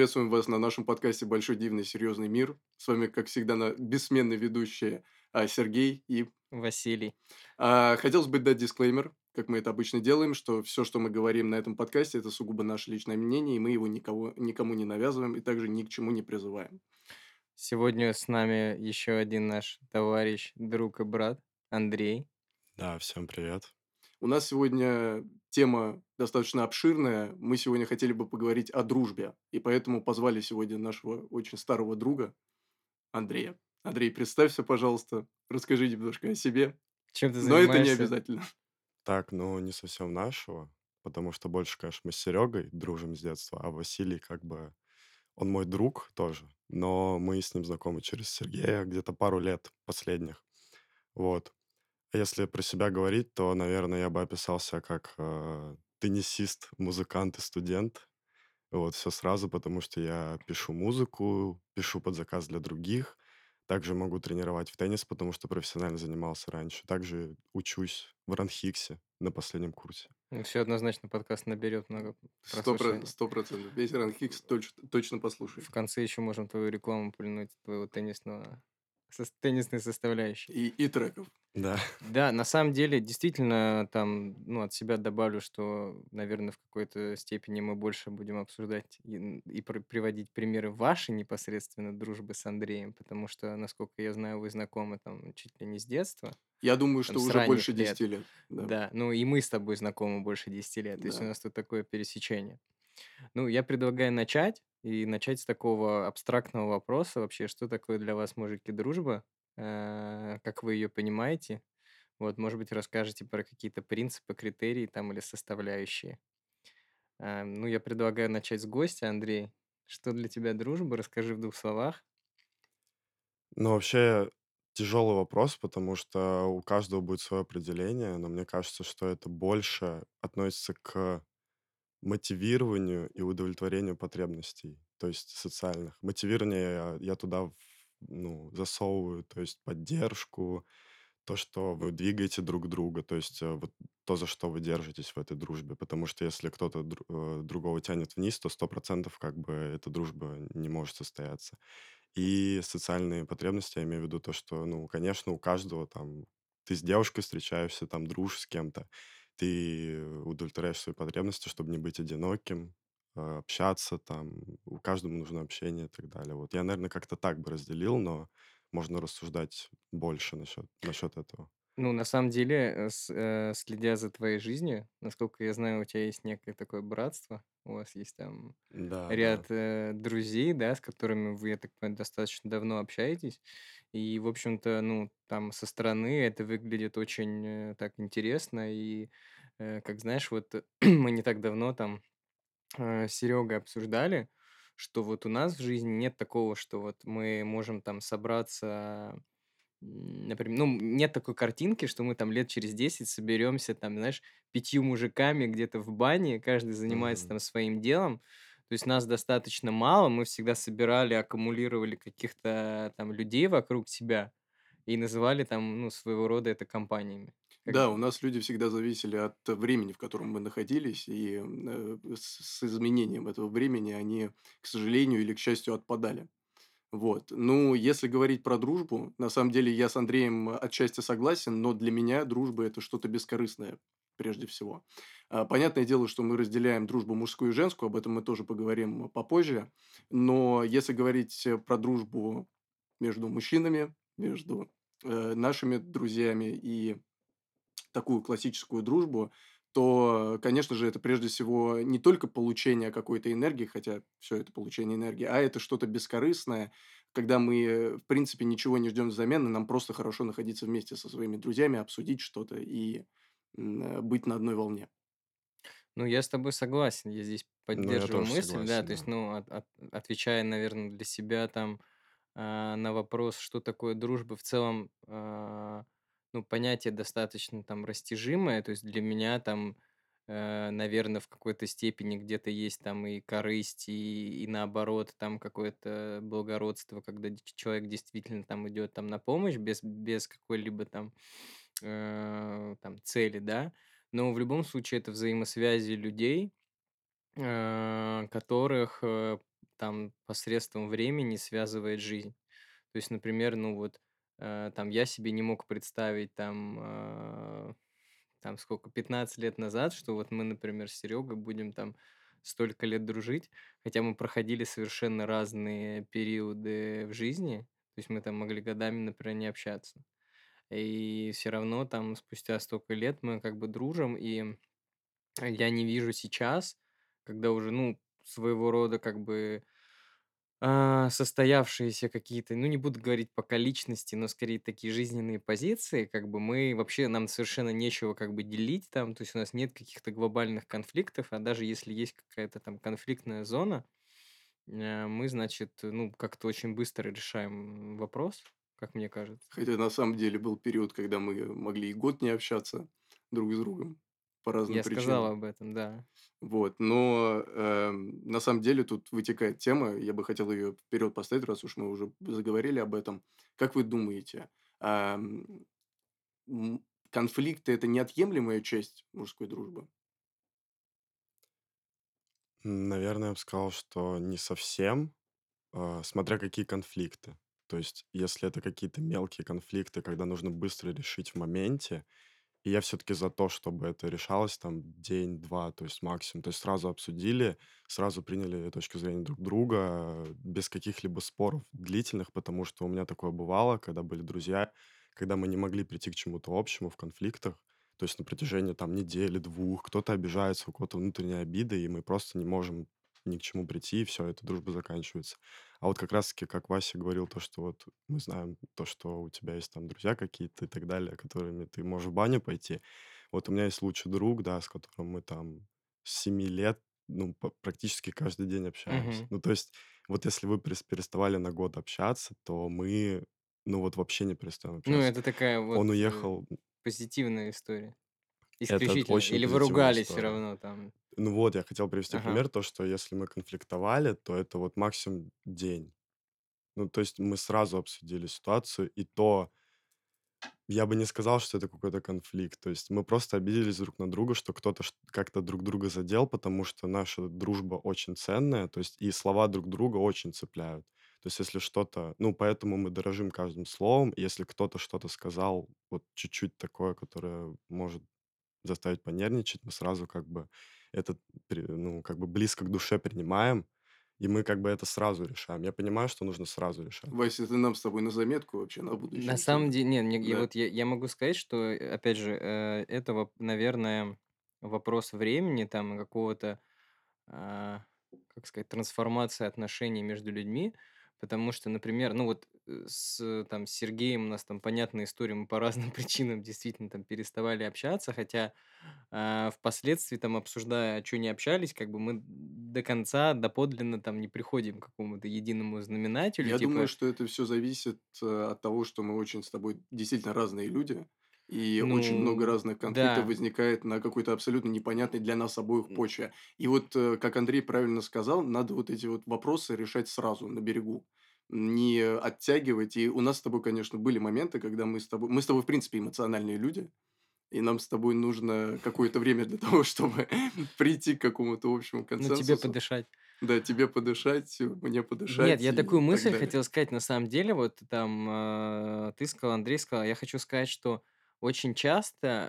приветствуем вас на нашем подкасте «Большой дивный серьезный мир». С вами, как всегда, бессменные ведущие Сергей и... Василий. Хотелось бы дать дисклеймер, как мы это обычно делаем, что все, что мы говорим на этом подкасте, это сугубо наше личное мнение, и мы его никому не навязываем и также ни к чему не призываем. Сегодня с нами еще один наш товарищ, друг и брат Андрей. Да, всем привет. У нас сегодня тема достаточно обширная. Мы сегодня хотели бы поговорить о дружбе, и поэтому позвали сегодня нашего очень старого друга Андрея. Андрей, представься, пожалуйста, расскажи немножко о себе, Чем ты но это не занимаешься? обязательно. Так, ну не совсем нашего, потому что больше, конечно, мы с Серегой дружим с детства, а Василий как бы он мой друг тоже, но мы с ним знакомы через Сергея где-то пару лет последних. Вот. А если про себя говорить, то, наверное, я бы описался как теннисист, музыкант и студент. Вот, все сразу, потому что я пишу музыку, пишу под заказ для других. Также могу тренировать в теннис, потому что профессионально занимался раньше. Также учусь в РАНХИКСе на последнем курсе. Все однозначно подкаст наберет много прослушиваний. 100%. Весь Хикс точно В послушает. конце еще можем твою рекламу пульнуть, твоего теннисной составляющей. И треков. Да. Да, на самом деле, действительно, там, от себя добавлю, что, наверное, в какой-то степени мы больше будем обсуждать и приводить примеры вашей непосредственно дружбы с Андреем, потому что, насколько я знаю, вы знакомы там чуть ли не с детства, Я думаю, там, что с уже больше ранних лет. 10 лет. Да, Да, ну и мы с тобой знакомы больше 10 лет, то есть у да. нас тут такое пересечение. Ну, я предлагаю начать с такого абстрактного вопроса вообще, что такое для вас, мужики, дружба, как вы ее понимаете, вот, может быть, расскажете про какие-то принципы, критерии там или составляющие. Ну, я предлагаю начать с гостя, Андрей. Что для тебя дружба? Расскажи в двух словах. Ну, вообще, тяжелый вопрос, потому что у каждого будет свое определение, но мне кажется, что это больше относится к мотивированию и удовлетворению потребностей, то есть социальных. Мотивирование я туда ну, засовываю, то есть поддержку, то, что вы двигаете друг друга, то есть вот то, за что вы держитесь в этой дружбе. Потому что если кто-то другого тянет вниз, то 100% как бы эта дружба не может состояться. И социальные потребности, я имею в виду то, что, ну, конечно, у каждого там ты с девушкой встречаешься, там дружишь с кем-то, ты удовлетворяешь свои потребности, чтобы не быть одиноким, общаться там, у каждого нужно общение и так далее. Вот я, наверное, как-то так бы разделил, но можно рассуждать больше насчет этого. Ну, на самом деле, следя за твоей жизнью, насколько я знаю, у тебя есть некое такое братство, у вас есть там Да, да. ряд друзей, да, с которыми вы, я так понимаю, достаточно давно общаетесь. И, в общем-то, ну, там со стороны это выглядит очень так интересно. И, как знаешь, вот мы не так давно там с Серегой обсуждали, что вот у нас в жизни нет такого, что вот мы можем там собраться, например, ну, нет такой картинки, что мы там лет через 10 соберемся там, знаешь, 5 мужиками где-то в бане, каждый занимается Мгм. там своим делом. То есть нас достаточно мало, мы всегда собирали, аккумулировали каких-то там людей вокруг себя и называли там, ну, своего рода это компаниями. Как Да, у нас люди всегда зависели от времени, в котором мы находились, и с изменением этого времени они, к сожалению или к счастью, отпадали. Вот. Ну, если говорить про дружбу, на самом деле я с Андреем отчасти согласен, но для меня дружба – это что-то бескорыстное прежде всего. Понятное дело, что мы разделяем дружбу мужскую и женскую, об этом мы тоже поговорим попозже, но если говорить про дружбу между мужчинами, между нашими друзьями и такую классическую дружбу, то, конечно же, это прежде всего не только получение какой-то энергии, хотя все это получение энергии, а это что-то бескорыстное, когда мы, в принципе, ничего не ждем взамен, и нам просто хорошо находиться вместе со своими друзьями, обсудить что-то и быть на одной волне. Ну, я с тобой согласен, я здесь Ну, я поддерживаю тоже мысль, да, согласен, то есть, да. ну, отвечая, наверное, для себя там на вопрос, что такое дружба в целом, ну, понятие достаточно там растяжимое, то есть для меня там, наверное, в какой-то степени где-то есть там и корысть, и наоборот там какое-то благородство, когда человек действительно там идет там на помощь без какой-либо там цели, да, но в любом случае это взаимосвязи людей, которых, там посредством времени связывает жизнь. То есть, например, ну вот, там я себе не мог представить там сколько, 15 лет назад, что вот мы, например, с Серегой будем там столько лет дружить, хотя мы проходили совершенно разные периоды в жизни, то есть мы там могли годами, например, не общаться. И все равно там спустя столько лет мы как бы дружим, и я не вижу сейчас, когда уже, ну, своего рода как бы состоявшиеся какие-то, ну, не буду говорить пока личности, но скорее такие жизненные позиции, как бы мы вообще, нам совершенно нечего как бы делить там, то есть у нас нет каких-то глобальных конфликтов, а даже если есть какая-то там конфликтная зона, мы, значит, ну, как-то очень быстро решаем вопрос, как мне кажется. Хотя на самом деле был период, когда мы могли и год не общаться друг с другом по разным Я сказал причинам. об этом, да. Вот, но, на самом деле тут вытекает тема, я бы хотел ее вперед поставить, раз уж мы уже заговорили об этом. Как вы думаете, конфликты — это неотъемлемая часть мужской дружбы? Наверное, я бы сказал, что не совсем, смотря какие конфликты. То есть, если это какие-то мелкие конфликты, когда нужно быстро решить в моменте, и я все-таки за то, чтобы это решалось там день-два, то есть максимум. То есть сразу обсудили, сразу приняли точку зрения друг друга, без каких-либо споров длительных, потому что у меня такое бывало, когда были друзья, когда мы не могли прийти к чему-то общему в конфликтах, то есть на протяжении там недели, двух, кто-то обижается, у кого-то внутренняя обида, и мы просто не можем ни к чему прийти, и все, эта дружба заканчивается. А вот как раз-таки, как Вася говорил, то, что вот мы знаем то, что у тебя есть там друзья какие-то и так далее, которыми ты можешь в баню пойти. Вот у меня есть лучший друг, да, с которым мы там с 7 лет, ну, практически каждый день общаемся. Мгм. Ну, то есть вот если вы переставали на год общаться, то мы, ну, вот вообще не перестаем Ну, общаться. это такая вот Он уехал, позитивная история. это Исключительно. очень Или вы позитивная ругались все история. равно там? Ну вот, я хотел привести Ага. пример, то, что если мы конфликтовали, то это вот максимум день. Ну, то есть мы сразу обсудили ситуацию, и то я бы не сказал, что это какой-то конфликт. То есть мы просто обиделись друг на друга, что кто-то как-то друг друга задел, потому что наша дружба очень ценная, то есть и слова друг друга очень цепляют. То есть если что-то, ну, поэтому мы дорожим каждым словом. И если кто-то что-то сказал, вот чуть-чуть такое, которое может заставить понервничать, мы сразу как бы это, ну, как бы близко к душе принимаем, и мы как бы это сразу решаем. Я понимаю, что нужно сразу решать. Вася, это нам с тобой на заметку вообще на На будущее самом тоже. деле, не, я Да. вот я могу сказать, что, опять же, это, наверное, вопрос времени, там, какого-то, а, как сказать, трансформации отношений между людьми. Потому что, например, ну вот там, с Сергеем у нас там понятная история, мы по разным причинам действительно там переставали общаться, хотя впоследствии, там, обсуждая, что не общались, как бы мы до конца, доподлинно там не приходим к какому-то единому знаменателю, Я думаю, типа, что это все зависит, от того, что мы очень с тобой действительно разные люди, и очень много ну, разных конфликтов да. возникает на какой-то абсолютно непонятной для нас обоих почве. И вот, как Андрей правильно сказал, надо вот эти вот вопросы решать сразу на берегу, не оттягивать. И у нас с тобой, конечно, были моменты, когда мы с тобой, в принципе, эмоциональные люди, и нам с тобой нужно какое-то время для того, чтобы прийти к какому-то общему Ну, тебе консенсусу. подышать. Да, тебе подышать, мне Нет, подышать я такую и так мысль далее. хотел сказать. На самом деле, вот там ты сказал, Андрей сказал, я хочу сказать, что очень часто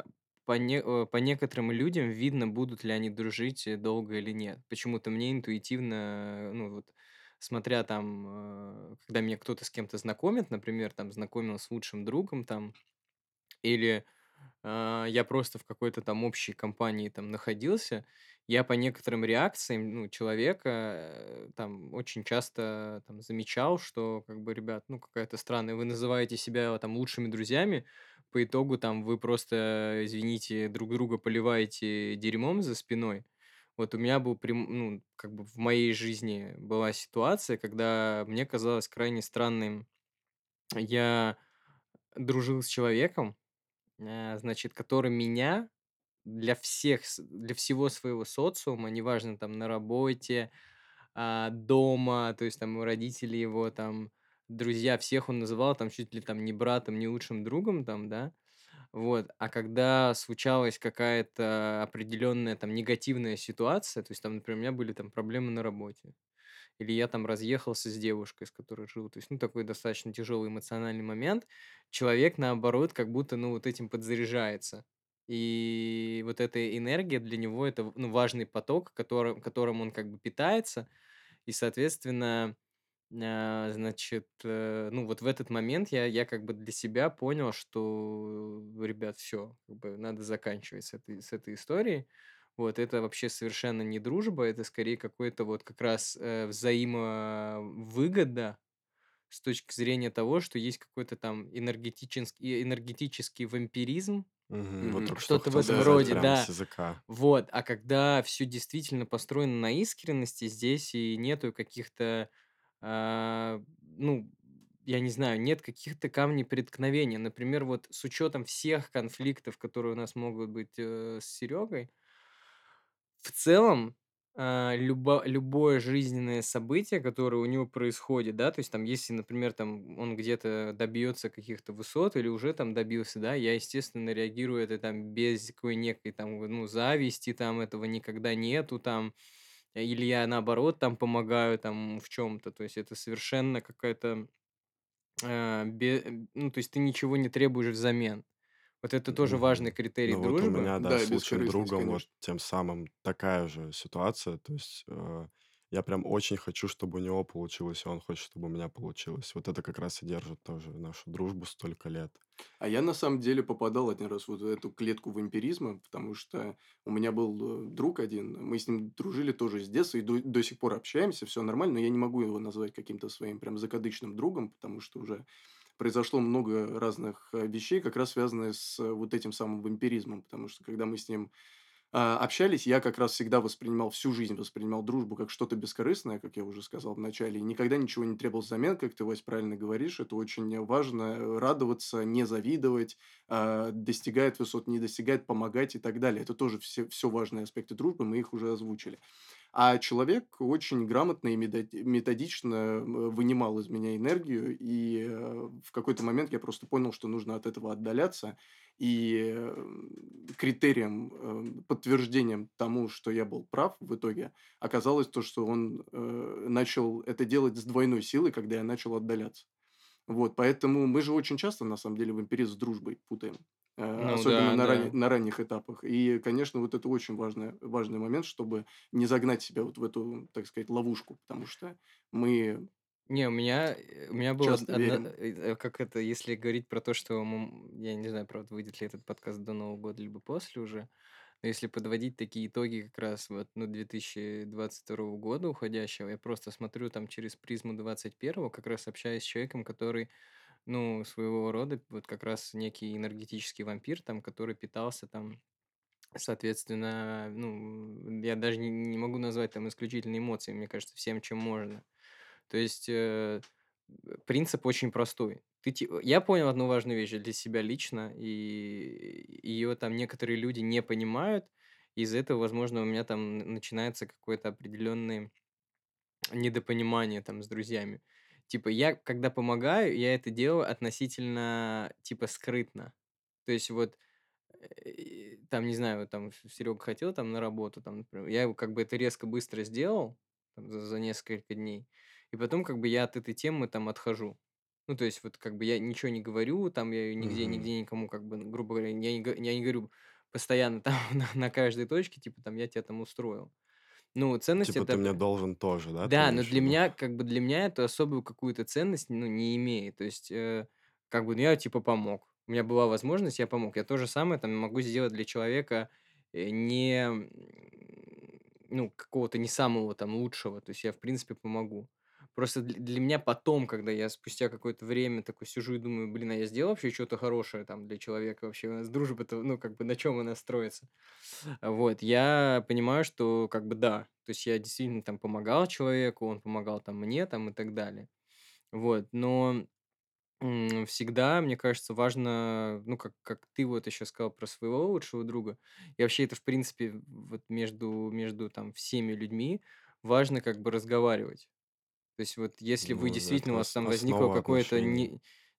по некоторым людям видно, будут ли они дружить долго или нет. Почему-то мне интуитивно, ну вот, смотря там, когда меня кто-то с кем-то знакомит, например, там знакомил с лучшим другом там, или я просто в какой-то там общей компании там находился, я по некоторым реакциям, ну, человека, там очень часто там замечал, что как бы, ребят, ну, какая-то странная, вы называете себя там лучшими друзьями, по итогу там вы просто, извините, друг друга поливаете дерьмом за спиной. Вот у меня был, ну, как бы в моей жизни была ситуация, когда мне казалось крайне странным, я дружил с человеком, значит, который меня для всего своего социума, неважно, там, на работе, дома, то есть, там, родители его, там, друзья, всех он называл, там, чуть ли, там, не братом, не лучшим другом, там, да. Вот, а когда случалась какая-то определенная, там, негативная ситуация, то есть, там, например, у меня были, там, проблемы на работе, или я там разъехался с девушкой, с которой жил. То есть, ну, такой достаточно тяжелый эмоциональный момент. Человек, наоборот, как будто, ну, вот этим подзаряжается. И вот эта энергия для него это, ну, важный поток, которым он как бы питается. И, соответственно, значит, ну, вот в этот момент я как бы для себя понял, что, ребят, все, как бы надо заканчивать с этой историей. Вот, это вообще совершенно не дружба, это скорее какой-то вот как раз, взаимовыгода с точки зрения того, что есть какой-то там энергетический вампиризм, Мгм. Вот Мгм. только что что-то в хотел этом Да, сказать да, роде, да. прямо с да. языка. Вот, а когда все действительно построено на искренности, здесь и нету каких-то, ну, я не знаю, нет каких-то камней преткновения. Например, вот с учетом всех конфликтов, которые у нас могут быть, с Серегой, в целом, любое жизненное событие, которое у него происходит, да, то есть там, если, например, там он где-то добьется каких-то высот или уже там добился, да, я, естественно, реагирую это там без какой некой там, ну, зависти, там этого никогда нету, там, или я наоборот там помогаю там в чем-то, то есть это совершенно какая-то, ну, то есть ты ничего не требуешь взамен. Вот это тоже важный Мгм. критерий Ну вот у дружбы. меня, да, Да, с лучшим бескорыстность, другом вот конечно. тем самым такая же ситуация. То есть я прям очень хочу, чтобы у него получилось, и он хочет, чтобы у меня получилось. Вот это как раз и держит тоже нашу дружбу столько лет. А я на самом деле попадал один раз вот в эту клетку вампиризма, потому что у меня был друг один, мы с ним дружили тоже с детства и до сих пор общаемся, все нормально, но я не могу его назвать каким-то своим прям закадычным другом, потому что уже произошло много разных вещей, как раз связанных с вот этим самым вампиризмом, потому что когда мы с ним общались, я как раз всегда воспринимал, всю жизнь воспринимал дружбу как что-то бескорыстное, как я уже сказал в начале, и никогда ничего не требовал взамен, как ты, Вась, правильно говоришь. Это очень важно, радоваться, не завидовать, достигает высот, не достигает, помогать и так далее. Это тоже все важные аспекты дружбы, мы их уже озвучили. А человек очень грамотно и методично вынимал из меня энергию, и в какой-то момент я просто понял, что нужно от этого отдаляться. И критерием, подтверждением тому, что я был прав в итоге, оказалось то, что он начал это делать с двойной силой, когда я начал отдаляться. Вот, поэтому мы же очень часто, на самом деле, вампиризм с дружбой путаем, Ну особенно да, да. на ранних этапах. И, конечно, вот это очень важный момент, чтобы не загнать себя вот в эту, так сказать, ловушку, потому что мы Не, у меня было часто верим. как это, если говорить про то, что я не знаю, правда, выйдет ли этот подкаст до Нового года, либо после уже, но если подводить такие итоги как раз вот, ну, 2022 года уходящего, я просто смотрю там через призму 21-го, как раз общаюсь с человеком, который, ну, своего рода вот как раз некий энергетический вампир, там, который питался там, соответственно, ну, я даже не могу назвать там исключительно эмоциями, мне кажется, всем, чем можно. То есть, принцип очень простой. Я понял одну важную вещь для себя лично, и ее там некоторые люди не понимают. Из-за этого, возможно, у меня там начинается какое-то определенное недопонимание там с друзьями. Типа я, когда помогаю, я это делаю относительно, типа, скрытно. То есть вот, там, не знаю, вот там Серега хотел там на работу, там, например, я его как бы это резко быстро сделал там, за несколько дней, и потом как бы я от этой темы там отхожу. Ну, то есть вот как бы я ничего не говорю, там я нигде, Мгм. нигде никому как бы, грубо говоря, я не говорю постоянно там на каждой точке, типа там я тебя там устроил. Ну, ценность Типа ты мне это. должен тоже, да, ты Да, но имеешь в для виду? меня, как бы для меня это особую какую-то ценность, ну, не имеет. То есть, как бы, ну, я типа помог. У меня была возможность, я помог. Я то же самое там могу сделать для человека не, ну, какого-то не самого там лучшего. То есть я, в принципе, помогу. Просто для меня потом, когда я спустя какое-то время такой сижу и думаю, блин, а я сделал вообще что-то хорошее там для человека вообще? У нас дружба-то, ну, как бы на чем она строится? Вот, я понимаю, что как бы да, то есть я действительно там помогал человеку, он помогал там мне там и так далее. Вот, но всегда, мне кажется, важно, ну, как ты вот еще сказал про своего лучшего друга, и вообще это, в принципе, вот между там всеми людьми важно как бы разговаривать. То есть вот если вы Ну, действительно, это у вас там возникло основа какое-то отношений.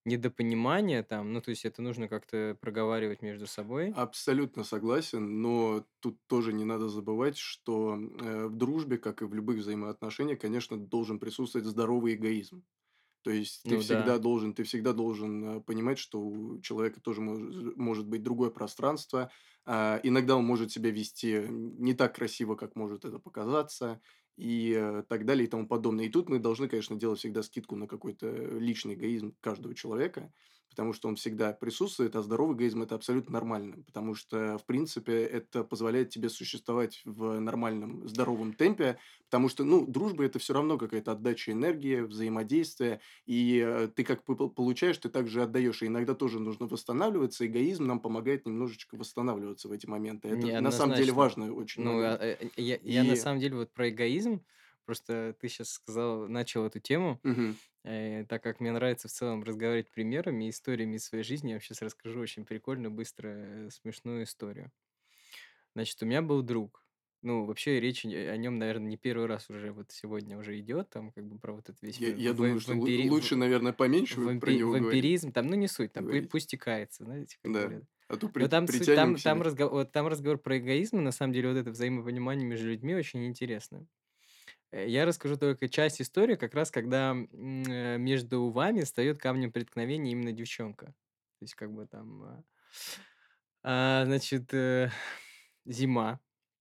недопонимание там, ну, то есть это нужно как-то проговаривать между собой. Абсолютно согласен, но тут тоже не надо забывать, что в дружбе, как и в любых взаимоотношениях, конечно, должен присутствовать здоровый эгоизм. То есть Ну да. ты всегда должен понимать, что у человека тоже может быть другое пространство. Иногда он может себя вести не так красиво, как может это показаться, и так далее и тому подобное. И тут мы должны, конечно, делать всегда скидку на какой-то личный эгоизм каждого человека, потому что он всегда присутствует, а здоровый эгоизм это абсолютно нормально, потому что, в принципе, это позволяет тебе существовать в нормальном, здоровом темпе, потому что, ну, дружба это все равно какая-то отдача энергии, взаимодействие, и, ты как получаешь, ты также отдаешь. И иногда тоже нужно восстанавливаться. Эгоизм нам помогает немножечко восстанавливаться в эти моменты. Это на самом деле Неоднозначно. важный очень Ну, момент. я на И самом деле вот про эгоизм, просто ты сейчас сказал, начал эту тему, мгм. так как мне нравится в целом разговаривать примерами, историями из своей жизни, я вам сейчас расскажу очень прикольную, быстро смешную историю. Значит, у меня был друг. Ну, вообще речь о нем, наверное, не первый раз уже вот сегодня уже идет, там как бы про вот этот весь Я думаю, что лучше, наверное, поменьше про него говорить. вампиризм, там, ну не суть, там Говорить. пусть и кается, знаете, как Да. говорят. А то Но там суть, притянем к себе. там разговор про эгоизм, и на самом деле вот это взаимопонимание между людьми очень интересно. Я расскажу только часть истории, как раз когда между вами встает камнем преткновения именно девчонка. То есть как бы там, значит, зима.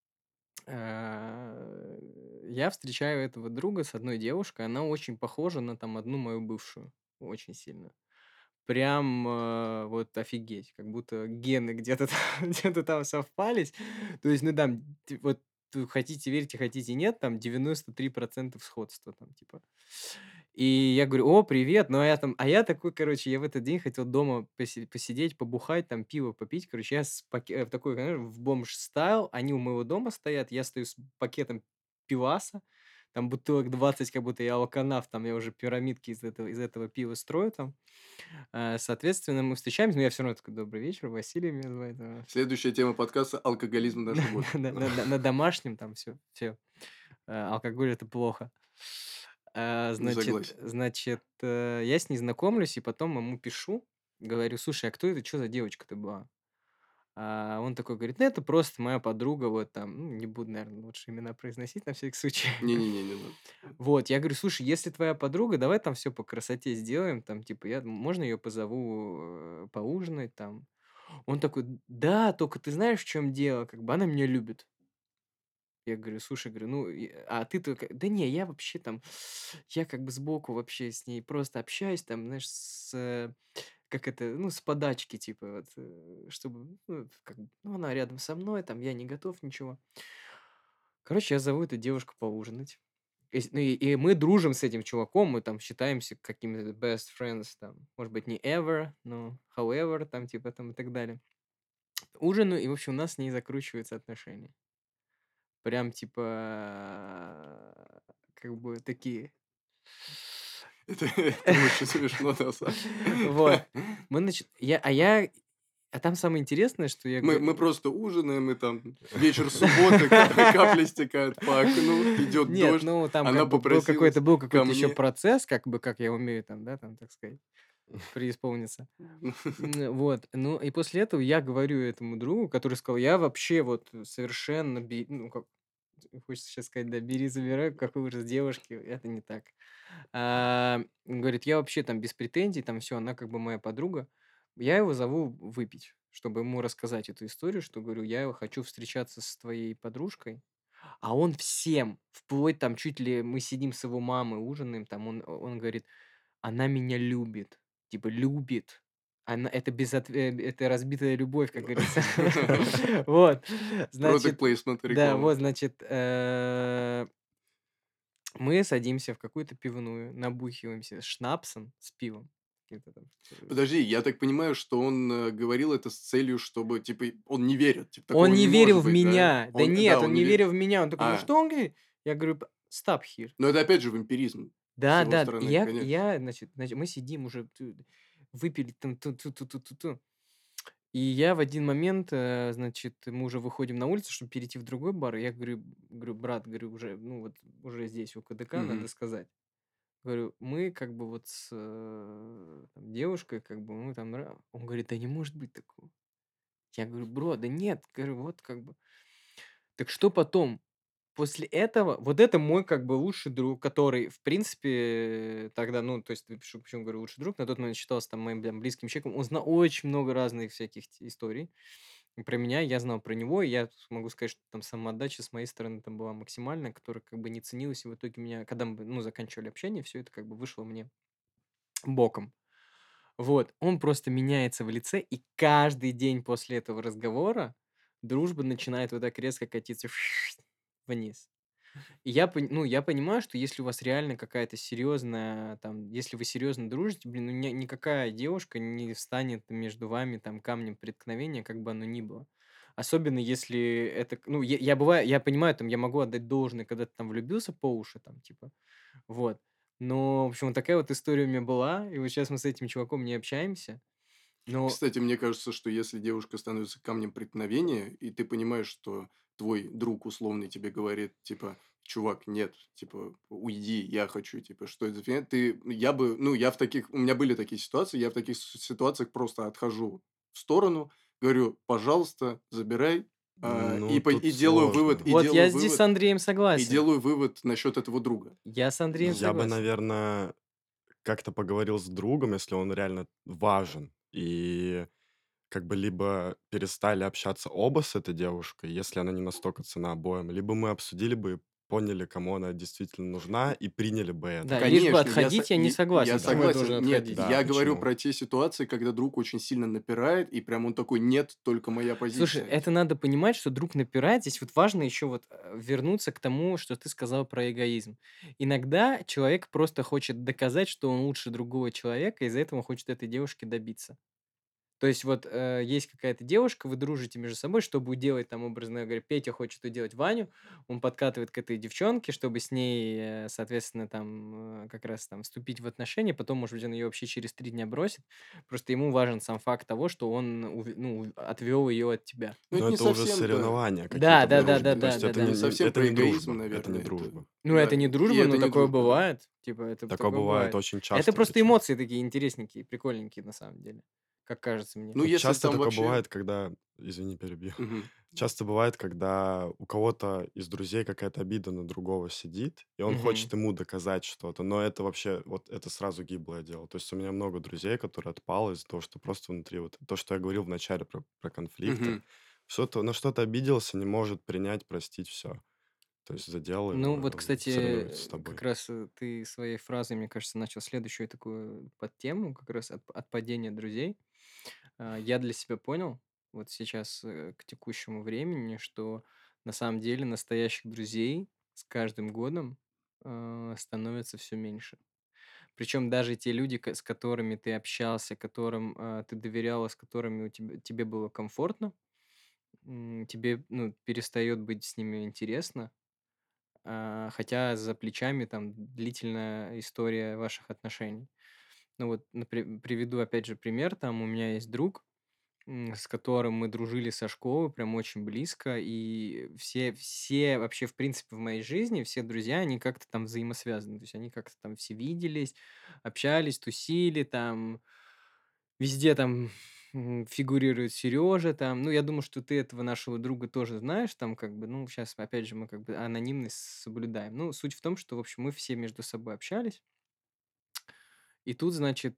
Я встречаю этого друга с одной девушкой, она очень похожа на там одну мою бывшую, очень сильно. Прям, вот офигеть, как будто гены где-то там где-то там совпались. То есть, ну, там, вот хотите верьте, хотите нет, там 93% сходства там, типа. И я говорю: "О, привет!" Ну, я такой, короче, я в этот день хотел дома посидеть, побухать, там пиво попить. Короче, я в такой, знаешь, в бомж-стайл, они у моего дома стоят, я стою с пакетом пиваса, там бутылок 20, как будто я алканав, там я уже пирамидки из этого пива строю там. Соответственно, мы встречаемся, но я все равно такой: "Добрый вечер, Василий меня зовут". Следующая тема подкаста — алкоголизм в На наши годы. на домашнем там все. Алкоголь — это плохо. Не Значит согласен. значит, я с ней знакомлюсь, и потом ему пишу, говорю: "Слушай, а кто это? Что за девочка-то была?" Он такой говорит: "Ну, это просто моя подруга, вот там". Ну, не буду, наверное, лучше имена произносить на всякий случай. Не-не-не, не надо. Вот, я говорю: "Слушай, если твоя подруга, давай там все по красоте сделаем, там, типа, можно ее позову, поужинать там?" Он такой: "Да, только ты знаешь, в чем дело, как бы она меня любит". Я говорю: "Слушай, говорю, ну, а ты только". "Да не, я вообще там, я как бы сбоку вообще с ней просто общаюсь, там, знаешь, как это, ну, с подачки, типа, вот, чтобы, ну, как бы, ну, она рядом со мной, там, я не готов, ничего". Короче, я зову эту девушку поужинать. Ну, и мы дружим с этим чуваком, мы там считаемся какими-то best friends, там, может быть, не ever, но however, там, типа, там, и так далее. Ужину, и, в общем, у нас с ней закручиваются отношения. Прям, типа, как бы такие. Это очень смешно, на самом Вот. деле. Мы, значит, а там самое интересное, что я Мы говорю... просто ужинаем, и там вечер субботы, капли стекают по окну, идет Нет, дождь. ну, там Она как бы попросилась был ко какой-то еще мне. процесс, как бы, как я умею там, да, там, так сказать, преисполниться. Вот. Ну, и после этого я говорю этому другу, который сказал: "Я вообще вот совершенно, ну, как хочется сейчас сказать, да, бери, забирай, какой ужас девушки". Это не так. Говорит: "Я вообще там без претензий, там все, она как бы моя подруга". Я его зову выпить, чтобы ему рассказать эту историю, что говорю: "Я хочу встречаться с твоей подружкой". А он всем, вплоть там чуть ли мы сидим с его мамой, ужинаем, там он говорит: "Она меня любит". Типа любит. Это разбитая любовь, как говорится. Вот. Product Значит, placement, да, реклама. вот, значит, мы садимся в какую-то пивную, набухиваемся шнапсом с пивом каким-то там. Подожди, я так понимаю, что он, говорил это с целью, чтобы, типа, он не верит, типа, Он такого не не верил может в быть, да? меня. Да нет, он Он не не верит. верил в меня. Он такой: "Ну А, что он говорит?" Я говорю: Stop here". но это опять же вампиризм с Да, его да, стороны, конечно. значит, мы сидим уже, выпили там ту-ту-ту-ту-ту. И я в один момент, значит, мы уже выходим на улицу, чтобы перейти в другой бар. И я говорю: "Брат, говорю, уже, ну вот уже здесь, у КДК, надо Мгм. сказать". Говорю: "Мы как бы вот с, девушкой, как бы, мы там, он говорит, да не может быть такого. Я говорю, бро, да нет, говорю, вот как бы. Так что потом? После этого, вот это мой как бы лучший друг, который, в принципе, тогда, ну, то есть, почему говорю лучший друг, на тот момент считался там моим прям близким человеком, он знал очень много разных всяких историй про меня, я знал про него, и я могу сказать, что там самоотдача с моей стороны там была максимальная, которая как бы не ценилась, и в итоге меня, когда мы, ну, заканчивали общение, все это как бы вышло мне боком. Вот, он просто меняется в лице, и каждый день после этого разговора дружба начинает вот так резко катиться вниз. И я понимаю, что если у вас реально какая-то серьезная, там, если вы серьезно дружите, блин, ну никакая девушка не встанет между вами там камнем преткновения, как бы оно ни было. Особенно если это, ну, я понимаю, там, я могу отдать должное, когда ты там влюбился по уши, там, типа, вот. Но, в общем, вот такая вот история у меня была, и вот сейчас мы с этим чуваком не общаемся, но Кстати, мне кажется, что если девушка становится камнем преткновения, и ты понимаешь, что твой друг условный тебе говорит, типа, чувак, нет, типа, уйди, я хочу, типа, что это за фигня? Я в таких, у меня были такие ситуации, я в таких ситуациях просто отхожу в сторону, говорю, пожалуйста, забирай, Ну, тут и сложно. вот я здесь с Андреем согласен. делаю вывод насчет этого друга. Я с Андреем Я бы, согласен. наверное, как-то поговорил с другом, если он реально важен. И как бы либо перестали общаться оба с этой девушкой, если она не настолько цена обоим, либо мы обсудили бы и поняли, кому она действительно нужна, и приняли бы это. Да, лишь бы Конечно, отходить, я не я согласен. Почему я Да, должен согласен. Нет, отходить? да, я говорю почему? про те ситуации, когда друг очень сильно напирает, и прям он такой: "Нет, только моя Слушай, позиция". это надо понимать, что друг напирает. Здесь вот важно еще вот вернуться к тому, что ты сказал про эгоизм. Иногда человек просто хочет доказать, что он лучше другого человека, и из-за этого он хочет этой девушки добиться. То есть вот есть какая-то девушка, вы дружите между собой, что будет делать там, образно говоря, Петя хочет уделать Ваню, он подкатывает к этой девчонке, чтобы с ней, соответственно, там как раз там вступить в отношения, потом, может быть, он ее вообще через 3 дня бросит. Просто ему важен сам факт того, что он отвел ее от тебя. Ну, Но это не это уже совсем, да. соревнования Да, какие-то в да, да, да, дружбе. То да, есть да, это Это не да. совсем это про не эгоизм, дружба. Это не наверное. дружба. Ну, Да, это не и дружба, это но не такое дружба, да. бывает. Типа, это Такое такое бывает бывает. очень Это часто просто причем. эмоции такие интересненькие, прикольненькие на самом деле, как кажется мне. Ну, Ну, если часто там такое вообще. бывает, когда извини, перебью. Мгм. Часто бывает, когда у кого-то из друзей какая-то обида на другого сидит, и он Мгм. хочет ему доказать что-то, но это вообще, вот это сразу гиблое дело. То есть у меня много друзей, которые отпало из-за того, что просто внутри вот то, что я говорил в начале про конфликты. Мгм. Что-то, на что-то обиделся, не может принять, простить, все. То есть задел Ну, вот, его, кстати, соревнуется с как тобой. раз ты своей фразой, мне кажется, начал следующую такую подтему, как раз от падения друзей. Я для себя понял, вот сейчас к текущему времени, что на самом деле настоящих друзей с каждым годом становится все меньше. Причем даже те люди, с которыми ты общался, которым ты доверял, с которыми тебе было комфортно, тебе ну, перестает быть с ними интересно, хотя за плечами там длительная история ваших отношений. Ну вот, приведу опять же пример. Там у меня есть друг, с которым мы дружили со школы прям очень близко, и все вообще, в принципе, в моей жизни, все друзья, они как-то там взаимосвязаны. То есть они как-то там все виделись, общались, тусили, там везде там фигурирует Сережа, там, ну, я думаю, что ты этого нашего друга тоже знаешь, там, как бы, ну, сейчас, опять же, мы как бы анонимность соблюдаем. Ну, суть в том, что, в общем, мы все между собой общались, и тут, значит,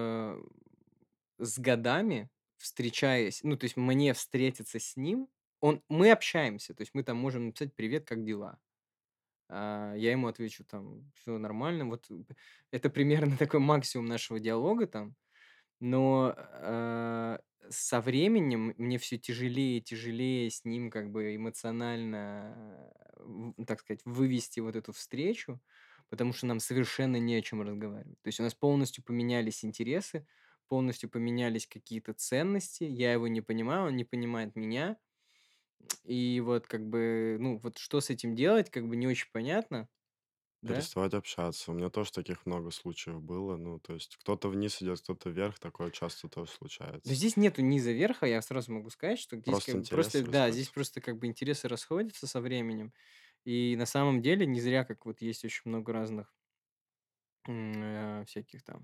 с годами, встречаясь, ну, то есть мне встретиться с ним, мы общаемся, то есть мы там можем написать «Привет, как дела?». Я ему отвечу там «Все нормально». Вот это примерно такой максимум нашего диалога там. Но, со временем мне все тяжелее и тяжелее с ним как бы эмоционально, так сказать, вывести вот эту встречу, потому что нам совершенно не о чем разговаривать. То есть у нас полностью поменялись интересы, полностью поменялись какие-то ценности. Я его не понимаю, он не понимает меня. И вот как бы, ну, вот что с этим делать, как бы не очень понятно, да. Переставать общаться. У меня тоже таких много случаев было. Ну, то есть кто-то вниз идет, кто-то вверх. Такое часто тоже Но случается. здесь нету низа верха, я сразу могу сказать, что здесь Просто как бы просто, интересы да, здесь расходятся. просто как бы интересы расходятся со временем. И на самом деле не зря, как вот есть очень много разных всяких там.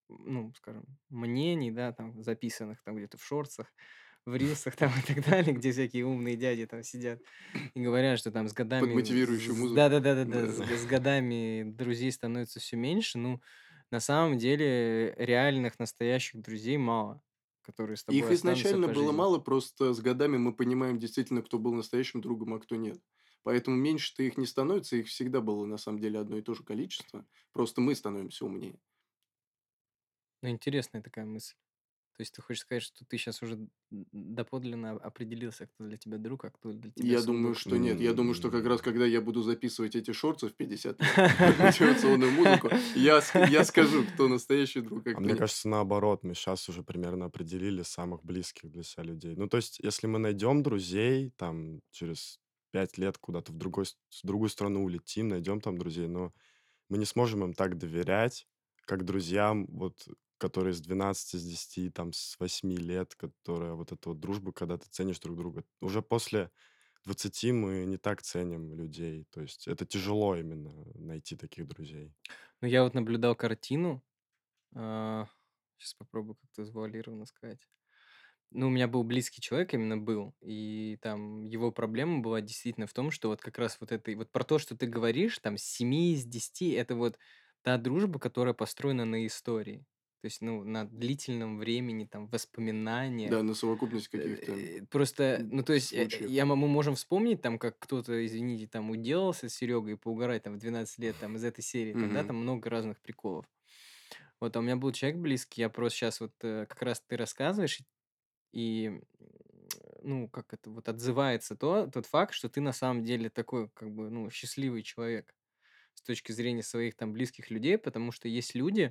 ну, скажем, мнений, да, там, записанных там где-то в шортсах, в рилсах там и так далее, где всякие умные дяди там сидят и говорят, что там с Под годами, мотивирующую музыку. да-да-да-да-да, Да-да. с годами друзей становится все меньше. Ну, на самом деле реальных, настоящих друзей мало, которые с тобой Их останутся изначально по было жизни. мало, просто с годами мы понимаем действительно, кто был настоящим другом, а кто нет. Поэтому меньше-то их не становится, их всегда было на самом деле одно и то же количество. Просто мы становимся умнее. Ну, интересная такая мысль. То есть ты хочешь сказать, что ты сейчас уже доподлинно определился, кто для тебя друг, а кто для тебя Я думаю, сундук? что нет. Я думаю, что как раз М. когда я буду записывать эти шорты в 50 лет под мотивационную музыку, я скажу, кто настоящий друг, а А кто мне нет. кажется, наоборот, мы сейчас уже примерно определили самых близких для себя людей. Ну, то есть, если мы найдем друзей, там, через 5 лет куда-то в другую страну улетим, найдем там друзей, но мы не сможем им так доверять, как друзьям, вот, которые с 12, с 10, там, с 8 лет, которая вот эта вот дружба, когда ты ценишь друг друга. Уже после 20 мы не так ценим людей. То есть это тяжело именно найти таких друзей. Ну, я вот наблюдал картину, сейчас попробую как-то завуалированно сказать. Ну, у меня был близкий человек, именно был, и там его проблема была действительно в том, что вот как раз вот это, и вот про то, что ты говоришь, там, с 7, с 10, это вот та дружба, которая построена на истории. То есть, ну, на длительном времени, там, воспоминаниях. Да, на совокупность каких-то Просто, ну, то есть, случаев. мы можем вспомнить, там, как кто-то, извините, там, уделался с Серегой и поугарать, там, в 12 лет, там, из этой серии, там, да, Мгм. там много разных приколов. Вот, а у меня был человек близкий, я просто сейчас вот, как раз ты рассказываешь, и, ну, как это вот отзывается тот факт, что ты на самом деле такой, как бы, ну, счастливый человек с точки зрения своих там близких людей, потому что есть люди,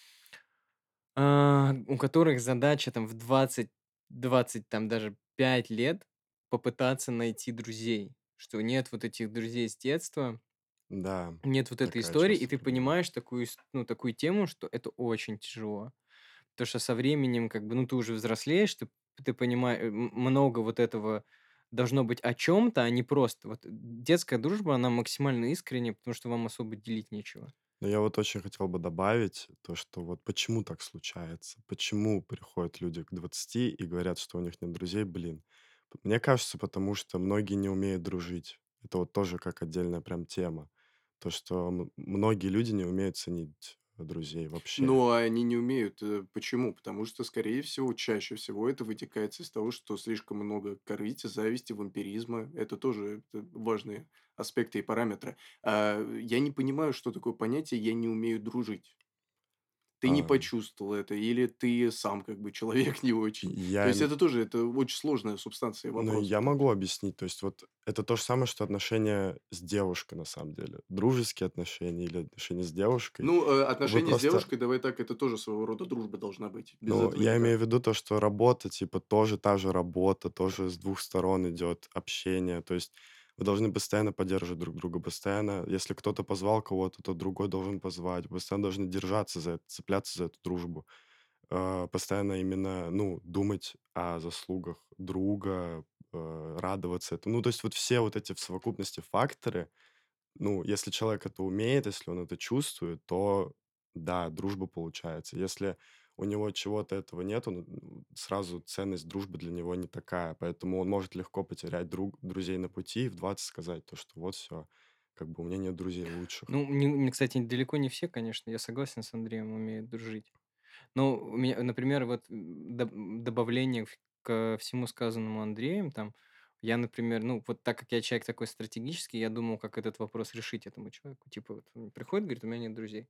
у которых задача там в 20 там даже 5 лет попытаться найти друзей, что нет вот этих друзей с детства, Да, нет вот этой такая истории, и часто ты проблема. понимаешь ну, такую тему, что это очень тяжело. То, что со временем, как бы, ну, ты уже взрослеешь, ты понимаешь, много вот этого должно быть о чем-то, а не просто. Вот детская дружба, она максимально искренняя, потому что вам особо делить нечего. Но я вот очень хотел бы добавить то, что вот почему так случается? Почему приходят люди к 20 и говорят, что у них нет друзей? Блин, мне кажется, потому что многие не умеют дружить. Это вот тоже как отдельная прям тема. То, что многие люди не умеют ценить друзей вообще. Ну, а они не умеют. Почему? Потому что, скорее всего, чаще всего это вытекает из того, что слишком много корысти, зависти, вампиризма. Это тоже важные аспекты и параметры. Я не понимаю, что такое понятие «я не умею дружить». Ты не А, почувствовал это, или ты сам как бы человек не очень. То Я есть это тоже это очень сложная субстанция Ну, вопроса. я могу объяснить. То есть вот это то же самое, что отношения с девушкой на самом деле. Дружеские отношения или отношения с девушкой. Ну, Вы отношения с просто девушкой, давай так, это тоже своего рода дружба должна быть. Без Ну, этого я имею никак. в виду то, что работа, типа, тоже та же работа, тоже с двух сторон идет общение. То есть вы должны постоянно поддерживать друг друга, постоянно, если кто-то позвал кого-то, то другой должен позвать. Вы постоянно должны держаться за это, цепляться за эту дружбу. Постоянно именно, ну, думать о заслугах друга, радоваться этому. Ну, то есть вот все вот эти в совокупности факторы, ну, если человек это умеет, если он это чувствует, то да, дружба получается. Если у него чего-то этого нет, он сразу ценность дружбы для него не такая. Поэтому он может легко потерять друзей на пути и в 20 сказать то, что вот все, как бы у меня нет друзей лучших. Ну, кстати, далеко не все, конечно, я согласен с Андреем, умеют дружить. Но у меня, например, вот добавление ко всему сказанному Андреем, там, я, например, ну, вот так как я человек такой стратегический, я думал, как этот вопрос решить этому человеку. Типа, вот он приходит, говорит, у меня нет друзей.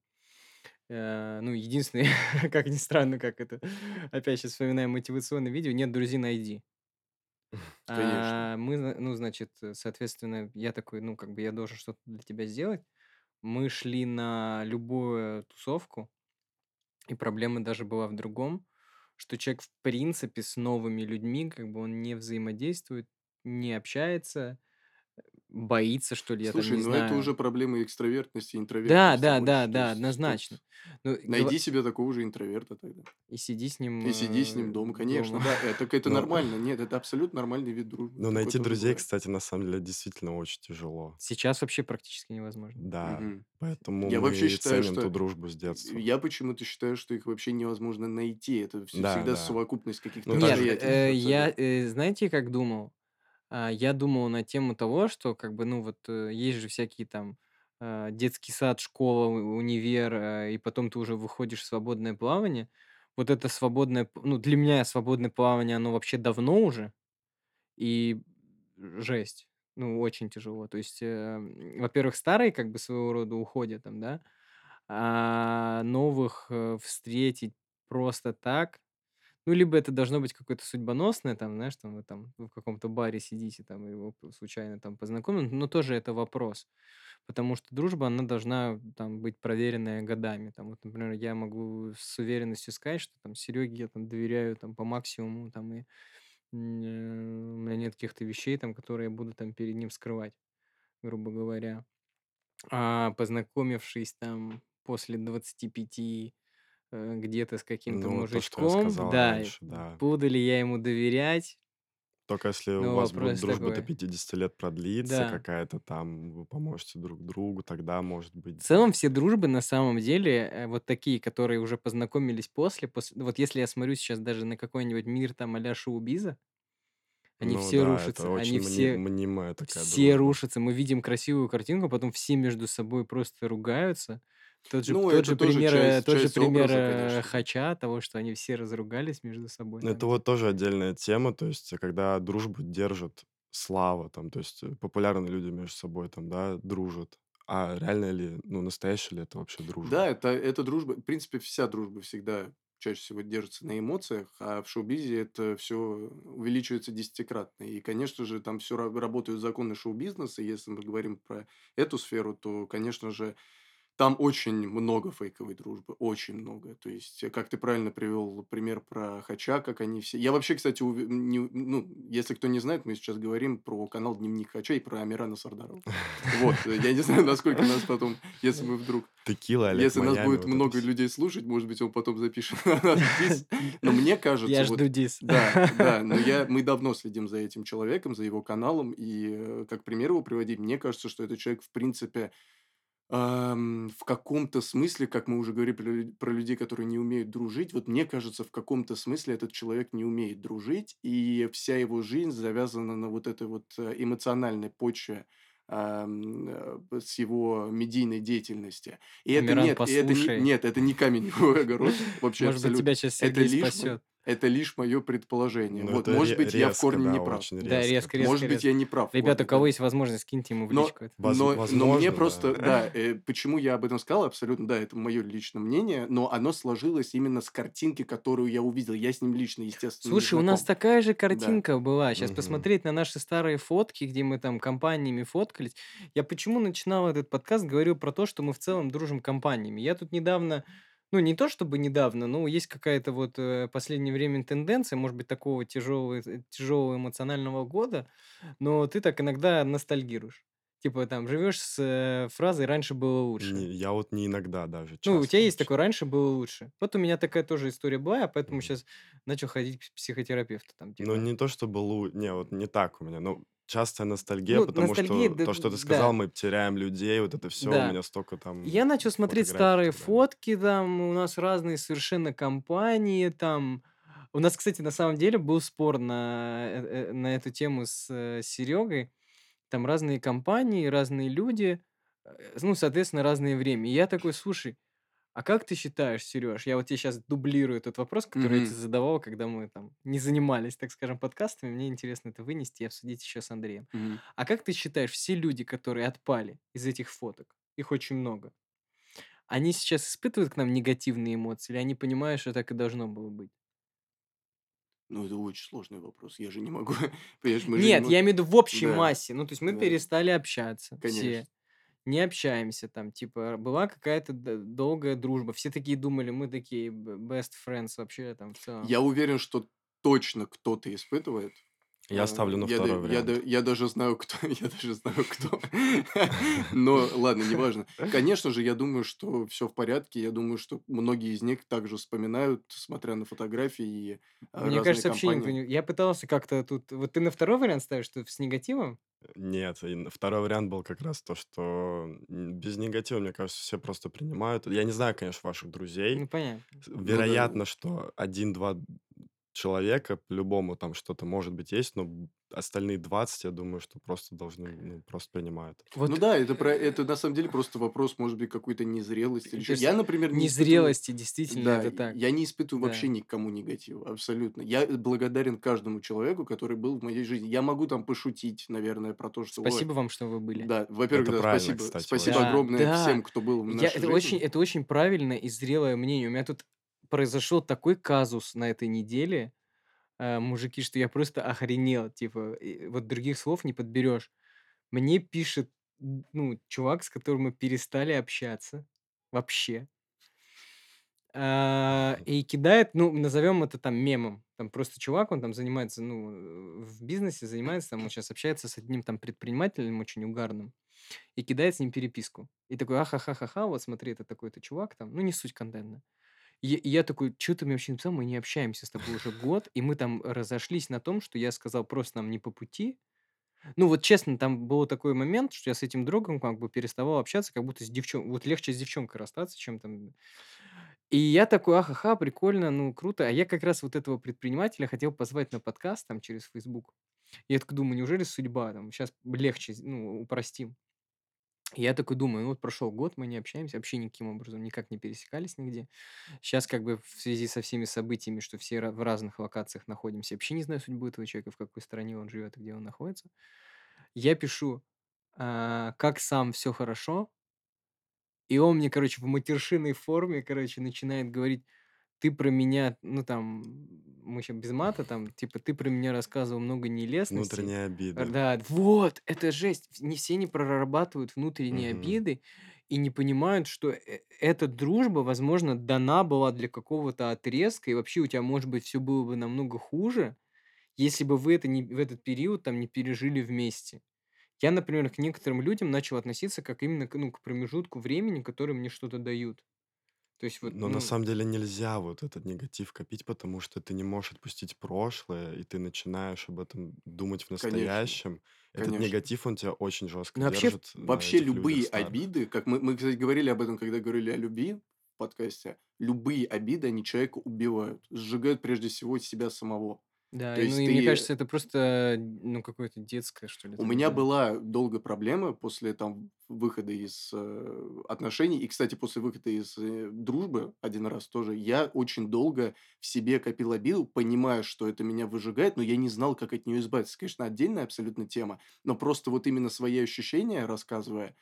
Ну, единственное, как ни странно, как это, опять сейчас вспоминаем мотивационное видео, нет друзей, найди. Конечно. Ну, значит, соответственно, я такой, ну, как бы я должен что-то для тебя сделать. Мы шли на любую тусовку, и проблема даже была в другом, что человек, в принципе, с новыми людьми, как бы он не взаимодействует, не общается, боится, что ли, я там Слушай, не ну это знаю. уже проблемы экстравертности и Да, интровертности да, больше. да, То да, есть тут однозначно. Ну, найди себе такого же интроверта тогда. и сиди с ним И сиди с ним дома. Конечно, дома. да, это Ну, нормально. Нет, это абсолютно нормальный вид дружбы. ну, Такое найти тоже друзей, бывает. кстати, на самом деле действительно очень тяжело. Сейчас вообще практически невозможно. Да, Мгм. поэтому Я вообще мы и считаю, ценим ту что дружбу с детства. я почему-то считаю, что их вообще невозможно найти. Это Да, всегда да. совокупность каких-то Ну, так Нет, же, обстоятельств я, абсолютно. знаете, как думал? Я думал на тему того, что как бы, ну вот, есть же всякие там детский сад, школа, универ, и потом ты уже выходишь в свободное плавание. Вот это свободное, ну, для меня свободное плавание, оно вообще давно уже, и жесть. Ну, очень тяжело. То есть, во-первых, старые как бы своего рода уходят там, да, а новых встретить просто так, ну, либо это должно быть какое-то судьбоносное, там, знаешь, там вы там в каком-то баре сидите, там, и его случайно там познакомил, но тоже это вопрос. Потому что дружба, она должна там быть проверенная годами. Там, вот, например, я могу с уверенностью сказать, что там Сереге я там доверяю там по максимуму, там, и у меня нет каких-то вещей, там, которые я буду там перед ним скрывать, грубо говоря. А познакомившись там после 25 где-то с каким-то ну, то, что я мужичком, сказал да, раньше, да. буду ли я ему доверять? Только если у Ну, вас будет вопрос дружба до такой. 50 лет продлиться, Да. какая-то там, вы поможете друг другу, тогда, может быть, В да. целом все дружбы на самом деле, вот такие, которые уже познакомились вот если я смотрю сейчас даже на какой-нибудь мир там а-ля шоу-биза, они Ну все да, это рушатся, они очень все мнимая такая все дружба. рушатся. Мы видим красивую картинку, потом все между собой просто ругаются. Тот же Ну, тот это же тоже пример, часть, тот же часть пример, образа, конечно же. "Хача", того, что они все разругались между собой Ну, это там, вот типа. тоже отдельная тема, то есть, когда дружбу держит слава, там, то есть, популярные люди между собой там, да, дружат. А реально ли, ну, настоящая ли это вообще дружба? Да, это дружба. В принципе, вся дружба всегда чаще всего держится на эмоциях, а в шоу-бизе это все увеличивается десятикратно. И, конечно же, там все работают законы шоу-бизнеса. Если мы говорим про эту сферу, то, конечно же, там очень много фейковой дружбы, очень много. То есть, как ты правильно привел пример про Хача, как они все. Я вообще, кстати, ну, если кто не знает, мы сейчас говорим про канал «Дневник Хача» и про Амирана Сардарова. Вот, я не знаю, насколько нас потом, если мы вдруг Текила, Олег если нас Майами, будет вот это много все. людей слушать, может быть, он потом запишет на нас дисс. Но мне кажется, Я жду вот дис. да, да, но мы давно следим за этим человеком, за его каналом, и, как пример его приводить, мне кажется, что этот человек, в принципе, в каком-то смысле, как мы уже говорили про людей, которые не умеют дружить, вот мне кажется, в каком-то смысле этот человек не умеет дружить, и вся его жизнь завязана на вот этой вот эмоциональной почве с его медийной деятельности. И это Амиран, нет, и это не, послушай. нет, это не камень в мой огород, вообще Может быть, тебя абсолютно. сейчас Это Сергей лишь, спасет. это лишь мое предположение. Ну, Вот, это может быть, я в резко, корне не да, прав. очень Да, резко. резко, То есть, резко, Может быть, резко. я не прав в Ребята, у корне, кого да. есть возможность, скиньте ему в Но личку это. но мне возможно, просто, да. да, почему я об этом сказал, абсолютно, да, это мое личное мнение, но оно сложилось именно с картинки, которую я увидел. Я с ним лично, естественно, не Слушай, у нас знаком. такая же Да. картинка была. Сейчас Мгм. посмотреть на наши старые фотки, где мы там компаниями фоткались. Я почему начинал этот подкаст, говорил про то, что мы в целом дружим компаниями. Я тут недавно, ну не то чтобы недавно, но есть какая-то вот последнее время тенденция, может быть, такого тяжелого эмоционального года, но ты так иногда ностальгируешь. Типа там живешь с фразой «раньше было лучше». Я вот не иногда даже, Ну, у тебя часто есть вообще. такое «раньше было лучше». Вот у меня такая тоже история была, я поэтому Мгм. сейчас начал ходить к психотерапевту, там, Ну, типа. не то чтобы не, вот не так у меня. Ну, частая ностальгия, Ну, потому ностальгия, что да, то, что ты сказал, да, мы теряем людей, вот это все, у да. меня столько там Я начал смотреть фотографий и старые так далее. фотки, там, у нас разные совершенно компании, там. У нас, кстати, на самом деле был спор на эту тему с Серегой. Там разные компании, разные люди, ну, соответственно, разное время. И я такой, слушай, а как ты считаешь, Сереж, я вот тебе сейчас дублирую тот вопрос, который я тебе Мгм. задавал, когда мы там не занимались, так скажем, подкастами, мне интересно это вынести и обсудить еще с Андреем. Мгм. А как ты считаешь, все люди, которые отпали из этих фоток, их очень много, они сейчас испытывают к нам негативные эмоции, или они понимают, что так и должно было быть? Ну, это очень сложный вопрос. Я же не могу, понимаешь, мы же не Нет, можем. я имею в виду в общей Да, массе. Ну, то есть мы да, перестали общаться, конечно. все. Не общаемся там, типа, была какая-то долгая дружба. Все такие думали, мы такие best friends вообще там в целом. Я уверен, что точно кто-то испытывает. Я ставлю на второй вариант. Я даже знаю, кто, я даже знаю, кто. Но ладно, неважно. Конечно же, я думаю, что все в порядке. Я думаю, что многие из них также вспоминают, смотря на фотографии и Мне разные кажется, вообще не компании. пони Я пытался как-то тут Вот ты на второй вариант ставишь, что с негативом? Нет, второй вариант был как раз то, что без негатива, мне кажется, все просто принимают. Я не знаю, конечно, ваших друзей. Ну, понятно. Ну да, Вероятно, что один-два человека по-любому там что-то, может быть, есть, но остальные 20, я думаю, что просто должны, ну, просто принимают. ну Вот, да, это на самом деле просто вопрос, может быть, какой-то незрелости или то еще. есть Я, например, не испытываю. незрелости, действительно, Да, это так. я не испытываю вообще Да. никому негатива, абсолютно. Я благодарен каждому человеку, который был в моей жизни. Я могу там пошутить, наверное, про то, что, ой, Спасибо вам, что вы были. да, во-первых, Это да, правильно, спасибо, кстати, спасибо очень. Да, огромное да. всем, кто был в Я нашей жизни. это очень правильное и зрелое мнение. У меня тут произошел такой казус на этой неделе, мужики, что я просто охренел. Типа, вот других слов не подберешь. Мне пишет, ну, чувак, с которым мы перестали общаться вообще. И кидает, ну, назовем это там мемом. Там просто чувак, он там занимается, ну, в бизнесе занимается, там он сейчас общается с одним там предпринимателем очень угарным и кидает с ним переписку. И такой, ахахахаха, вот смотри, это такой-то чувак там, ну, не суть контента. И я такой, что ты мне вообще написал, мы не общаемся с тобой уже год, и мы там разошлись на том, что я сказал, просто нам не по пути. Ну, вот честно, там был такой момент, что я с этим другом как бы переставал общаться, как будто с девчонкой. Вот легче с девчонкой расстаться, чем там. И я такой, ахаха, прикольно, ну, круто. А я как раз вот этого предпринимателя хотел позвать на подкаст там через Facebook. Я так думаю, неужели судьба там, сейчас легче, ну, упростим. И я такой думаю, ну вот прошел год, мы не общаемся, вообще никаким образом, никак не пересекались нигде. Сейчас как бы в связи со всеми событиями, что все в разных локациях находимся, вообще не знаю судьбу этого человека, в какой стране он живет и где он находится. Я пишу, как сам, все хорошо, и он мне, короче, в матершинной форме, короче, начинает говорить, ты про меня, ну там, мы еще без мата, там, типа, ты про меня рассказывал много нелестностей. Внутренние обиды. Да, вот, это жесть. Не все не прорабатывают внутренние Мгм. обиды и не понимают, что эта дружба, возможно, дана была для какого-то отрезка, и вообще у тебя, может быть, все было бы намного хуже, если бы вы это не, в этот период там не пережили вместе. Я, например, к некоторым людям начал относиться как именно к, ну, к промежутку времени, который мне что-то дают. То есть вот, Но на ну, самом деле нельзя вот этот негатив копить, потому что ты не можешь отпустить прошлое, и ты начинаешь об этом думать в Конечно, настоящем. Этот конечно. негатив, он тебя очень жестко ну вообще, держит на Вообще этих людях любые старых. обиды, как мы, кстати, говорили об этом, когда говорили о любви в подкасте, любые обиды, они человека убивают, сжигают прежде всего себя самого. да, То и, ну есть и мне ты кажется, это просто, ну, какое-то детское, что ли, У меня поведение. была долго проблема после там выхода из, отношений. И, кстати, после выхода из, дружбы один раз тоже я очень долго в себе копил обиду, понимая, что это меня выжигает, но я не знал, как от нее избавиться. Конечно, отдельная абсолютно тема, но просто вот именно свои ощущения рассказывая,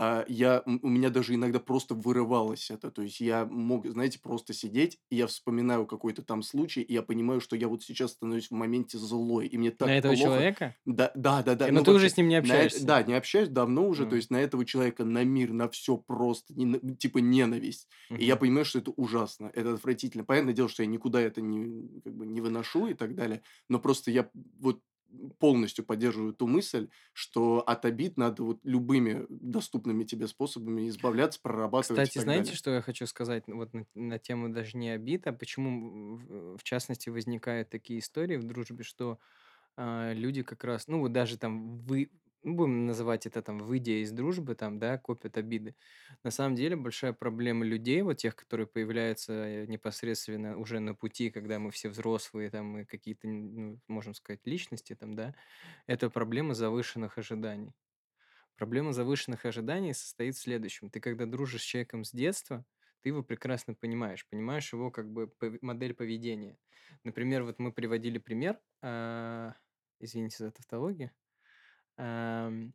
у меня даже иногда просто вырывалось это. То есть я мог, знаете, просто сидеть, и я вспоминаю какой-то там случай, и я понимаю, что я вот сейчас становлюсь в моменте злой, и мне На так этого плохо. человека? Да, да-да-да. Но Ну, ты уже вообще, с ним не общаешься. да, не общаюсь давно уже, то М, есть на этого человека, на мир, на все просто, типа ненависть. И я мгм. понимаю, что это ужасно, это отвратительно. Понятное дело, что я никуда это не, как бы, не выношу и так далее, но просто я вот полностью поддерживаю ту мысль, что от обид надо вот любыми доступными тебе способами избавляться, прорабатывать и Кстати, так знаете, далее. что я хочу сказать вот на тему даже не обид, а почему в частности возникают такие истории в дружбе, что люди как раз, ну вот даже там ну, будем называть это там, выйдя из дружбы, там, да, копят обиды. На самом деле большая проблема людей, вот тех, которые появляются непосредственно уже на пути, когда мы все взрослые, там, мы какие-то, ну, можем сказать, личности, там, да, это проблема завышенных ожиданий. Проблема завышенных ожиданий состоит в следующем. Ты когда дружишь с человеком с детства, ты его прекрасно понимаешь его как бы модель поведения. Например, вот мы приводили пример, извините за тавтологию, ам,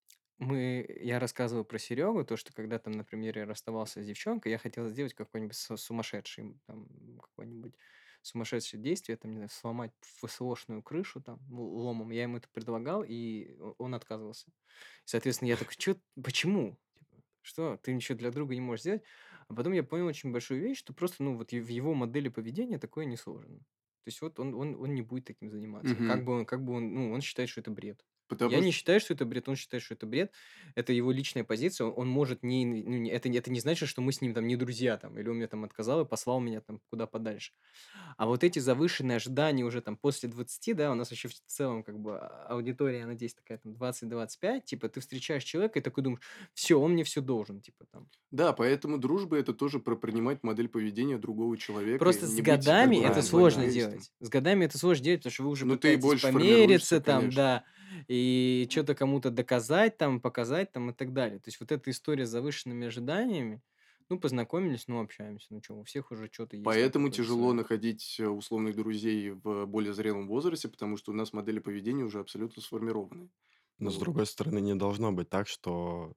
я рассказывал про Серегу, то, что когда там, например, я расставался с девчонкой, я хотел сделать какой-нибудь сумасшедший, там, какое-нибудь сумасшедшее действие, там, не знаю, сломать ФСОшную крышу там ломом. Я ему это предлагал, и он отказывался. Соответственно, я такой: "Чё? Почему? Типа, что? Ты ничего для друга не можешь сделать?" А потом я понял очень большую вещь, что просто, ну, вот в его модели поведения такое не сложено. То есть вот он не будет таким заниматься. Мгм. Как бы он, ну, он считает, что это бред. Я Потому не что считаю, что это бред, он считает, что это бред. Это его личная позиция. Он может это не значит, что мы с ним там не друзья, там, или он мне там отказал и послал меня там куда подальше. А вот эти завышенные ожидания уже там после 20, да, у нас еще в целом как бы аудитория, она здесь такая там 20-25, типа ты встречаешь человека и такой думаешь, все, он мне все должен, типа там. да, поэтому дружба- это тоже про принимать модель поведения другого человека и Просто с не быть годами как бы в это этом плане сложно Правильно, да. эгоистом. делать. С годами это сложно делать, потому что вы уже Но ты и пытаетесь больше формируешься, помериться там, конечно. да, и что то кому-то доказать там, показать там и так далее. То есть вот эта история с завышенными ожиданиями, ну, познакомились, ну, общаемся, ну, чё, у всех уже что то есть там Поэтому какое-то тяжело свое. находить, условных друзей в более зрелом возрасте, потому что у нас модели поведения уже абсолютно сформированы. Но, с Вот. другой стороны, не должно быть так, что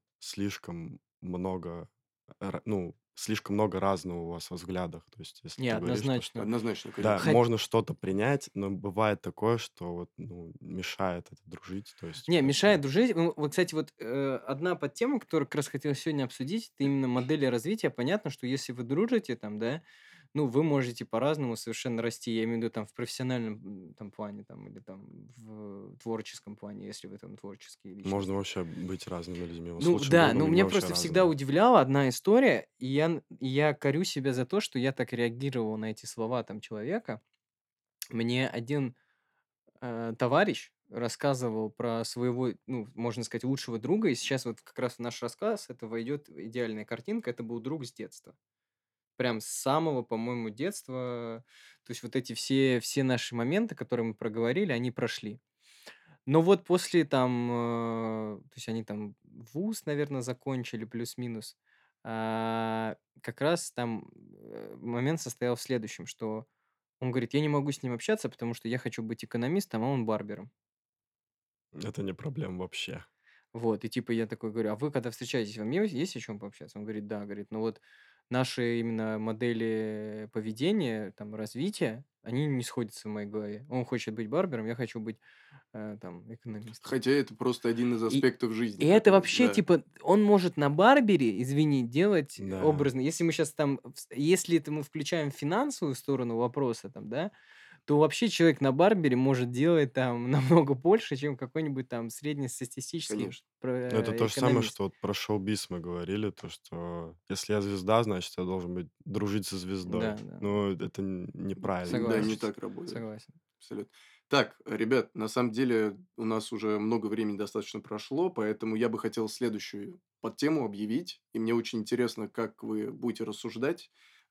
слишком много разного у вас во взглядах. То есть, если Не, ты говоришь то, однозначно. что Однозначно, да, конечно. Хот можно что-то принять, но бывает такое, что вот, ну, мешает это дружить. То есть, Не, мешает поэтому дружить. Ну, вот, кстати, вот одна подтема, которую как раз хотел сегодня обсудить, это именно модели развития. Понятно, что если вы дружите там, да, ну, вы можете по-разному совершенно расти. Я имею в виду там в профессиональном там плане там или там в творческом плане, если вы там творческие можно личности. вообще быть разными людьми. Вот с Ну лучшим да, другом но людьми меня вообще просто всегда разные. удивляла одна история, и я корю себя за то, что я так реагировал на эти слова там человека. Мне один товарищ рассказывал про своего, ну, можно сказать, лучшего друга. И сейчас вот как раз в наш рассказ это войдет идеальная картинка. Это был друг с детства. Прям с самого, по-моему, детства. То есть вот эти все наши моменты, которые мы проговорили, они прошли. Но вот после там, то есть они там вуз, наверное, закончили плюс-минус. Как раз там момент состоял в следующем, что он говорит, я не могу с ним общаться, потому что я хочу быть экономистом, а он барбером. Это не проблема вообще. Вот, и типа я такой говорю: "А вы когда встречаетесь, вам есть о чем пообщаться?" Он говорит: "Да". Говорит: "Ну вот наши именно модели поведения, там, развития, они не сходятся в моей голове. Он хочет быть барбером, я хочу быть, там, экономистом". Хотя это просто один из И аспектов жизни, и это который вообще, да. типа, он может на барбере, извини, делать Да. образно. Если мы сейчас там, если это мы включаем финансовую сторону вопроса там, да, то вообще человек на барбере может делать там намного больше, чем какой-нибудь там среднестатистический Конечно. Ну, это то же самое, экономист. что вот про шоу-биз мы говорили, то, что если я звезда, значит, я должен быть дружить со звездой. Да, да, да. Ну, это неправильно, мне Да, не Согласен, кажется. так работает. согласен. Абсолютно. Так, ребят, на самом деле у нас уже много времени достаточно прошло, поэтому я бы хотел следующую подтему объявить. И мне очень интересно, как вы будете рассуждать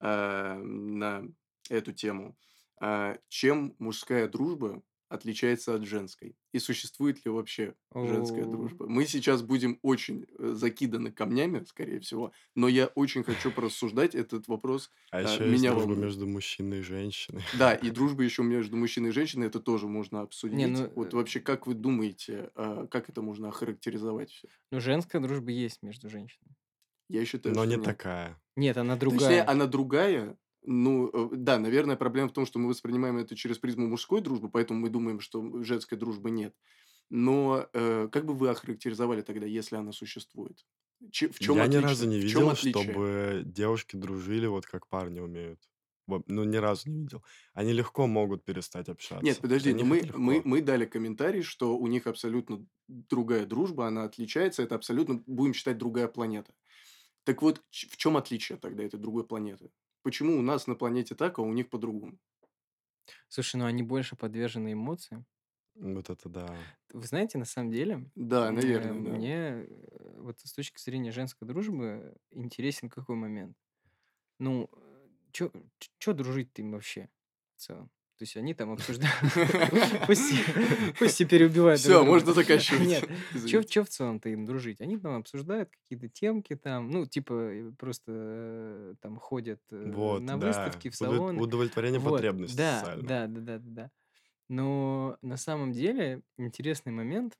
на эту тему. Чем мужская дружба отличается от женской? И существует ли вообще женская О, дружба? Мы сейчас будем очень закиданы камнями, скорее всего, но я очень хочу порассуждать. Этот вопрос А еще есть меня дружба волнует. между мужчиной и женщиной. Да, и дружба еще между мужчиной и женщиной, это тоже можно не, ну, обсудить. Вот вообще, как вы думаете, как это можно охарактеризовать все? ну, женская дружба есть между женщинами. Я считаю, Но что не нет. такая. Нет, она Точнее, другая. она другая. Ну, да, наверное, проблема в том, что мы воспринимаем это через призму мужской дружбы, поэтому мы думаем, что женской дружбы нет. Но как бы вы охарактеризовали тогда, если она существует? В чем Я ни разу отличие? не В чем видел, отличие? чтобы девушки дружили вот как парни умеют. Ну, ни разу не видел. Они легко могут перестать Нет, общаться. Для подожди, но них это легко. мы дали комментарий, что у них абсолютно другая дружба, она отличается, это абсолютно, будем считать, другая планета. Так вот, в чем отличие тогда этой другой планеты? Почему у нас на планете так, а у них по-другому? Слушай, ну они больше подвержены эмоциям. Вот это да. Вы знаете, на самом деле, Да, наверное, да. мне вот с точки зрения женской дружбы интересен какой момент. Ну, чё дружить-то им вообще в целом? То есть они там обсуждают, пусть пусть все переубивают друг Все, друга. можно заканчивать. Нет, Извините. чё в целом-то им дружить? Они там обсуждают какие-то темки там, ну, типа, просто, там ходят, Вот, на да. выставки, в салоны. Удовлетворение Вот, потребностей да, социальных. да, да-да-да-да. Но на самом деле интересный момент.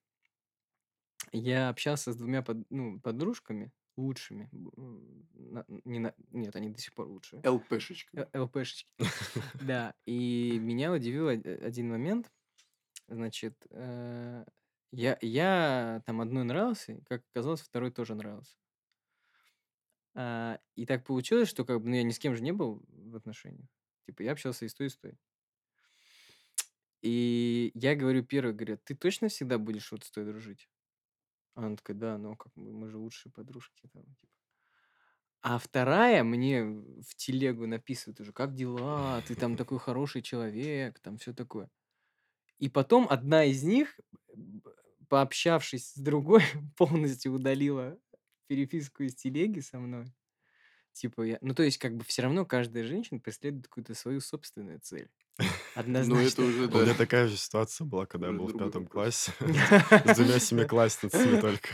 Я общался с двумя подружками лучшими, нет, они до сих пор лучшие, ЛПшечками. ЛПшечки. Да, и меня удивил один момент. Значит, я там одной нравился, и, как оказалось, второй тоже нравился. И так получилось, что как бы, ну, я ни с кем же не был в отношениях. Типа я общался и с той, и с той. И я говорю первый, говорю: "Ты точно всегда будешь вот с той дружить?" Она такая: "Да, ну а как мы же лучшие подружки там, типа". А вторая мне в телегу написывает уже: "Как дела? Ты там такой хороший человек", там все такое. И потом одна из них, б пообщавшись с другой, полностью удалила переписку из телеги со мной. Типа я ну, то есть, как бы все равно каждая женщина преследует какую-то свою собственную цель. Но это Однозначно. уже, У да, меня такая же ситуация была, когда я уже был в другой пятом вопрос. классе с двумя семиклассницами только.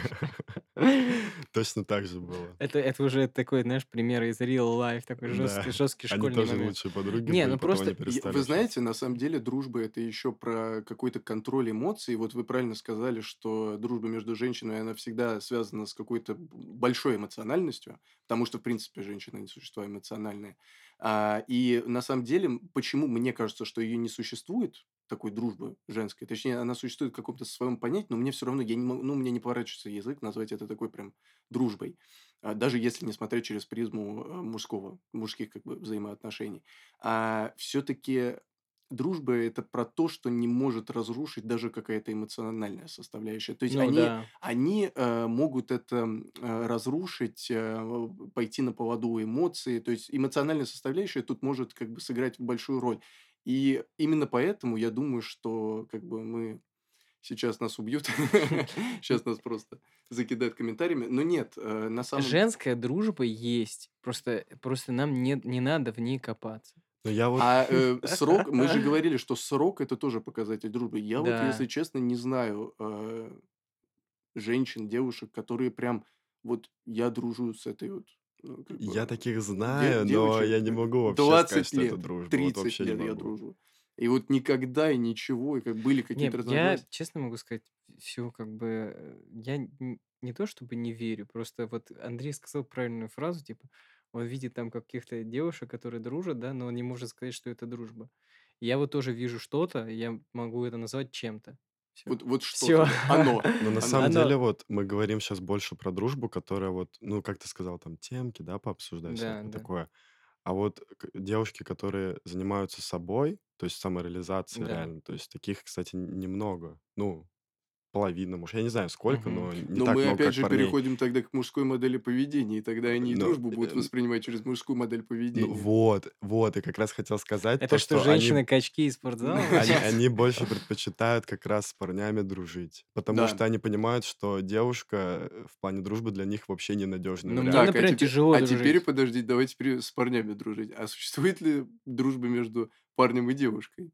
Точно так же было. Это уже такой, знаешь, пример из real life, такой Да, жесткий они школьный тоже момент. лучшие подруги Не, были, ну потом они просто И перестали вы общаться. знаете, на самом деле дружба это еще про какой-то контроль эмоций. Вот вы правильно сказали, что дружба между женщинами, она всегда связана с какой-то большой эмоциональностью, потому что, в принципе, женщины не существа эмоциональные. И на самом деле, почему мне кажется, что ее не существует, такой дружбы женской, точнее, она существует в каком-то своем понятии, но мне все равно, я не могу, ну, мне не поворачивается язык назвать это такой прям дружбой, даже если не смотреть через призму мужских как бы взаимоотношений. Все-таки дружба это про то, что не может разрушить даже какая-то эмоциональная составляющая. То есть ну да. они могут это разрушить, пойти на поводу у эмоций. То есть эмоциональная составляющая тут может как бы сыграть большую роль. И именно поэтому я думаю, что как бы мы сейчас нас убьют, Н сейчас нас просто закидают комментариями. Но нет, на самом Женская дружба есть, просто нам не надо в ней копаться. Но я вот Срок, мы же говорили, что срок это тоже показатель дружбы. Я вот, если Да. честно, не знаю женщин, девушек, которые прям вот я дружу с этой вот, ну, как я бы таких знаю, но девочек я не могу вообще сказать, 20 что это лет, дружба. Вот 30 вообще не лет я могу. дружу. И вот никогда и ничего, и как были Не, какие-то я разногласия. честно могу сказать, все как бы, я не то чтобы не верю, просто вот Андрей сказал правильную фразу, типа, он видит там каких-то девушек, которые дружат, да, но он не может сказать, что это дружба. Я вот тоже вижу что-то, я могу это назвать чем-то. Все. Вот что-то, Все. да. Оно, Но на самом оно. Оно, деле вот мы говорим сейчас больше про дружбу, которая вот, ну, как ты сказал, там темки, да, пообсуждать, да, всякое да, такое. А вот девушки, которые занимаются собой, то есть самореализацией да. реально, то есть таких, кстати, немного. Ну, половина, может, я не знаю сколько, Мгм. но не Но так мы много, опять как же парней. переходим тогда к мужской модели поведения, и тогда они и Но, дружбу будут воспринимать через мужскую модель ну поведения. вот, и как раз хотел сказать Это то, что, что они женщины-качки из спортзала, Они получается? они больше предпочитают как раз с парнями дружить, потому Да. что они понимают, что девушка, в плане дружбы для них вообще ненадежный Ну, мне, вариант. Так, например, тяжело а теперь дружить. подождите, давайте теперь с парнями дружить. А существует ли дружба между парнем и девушкой?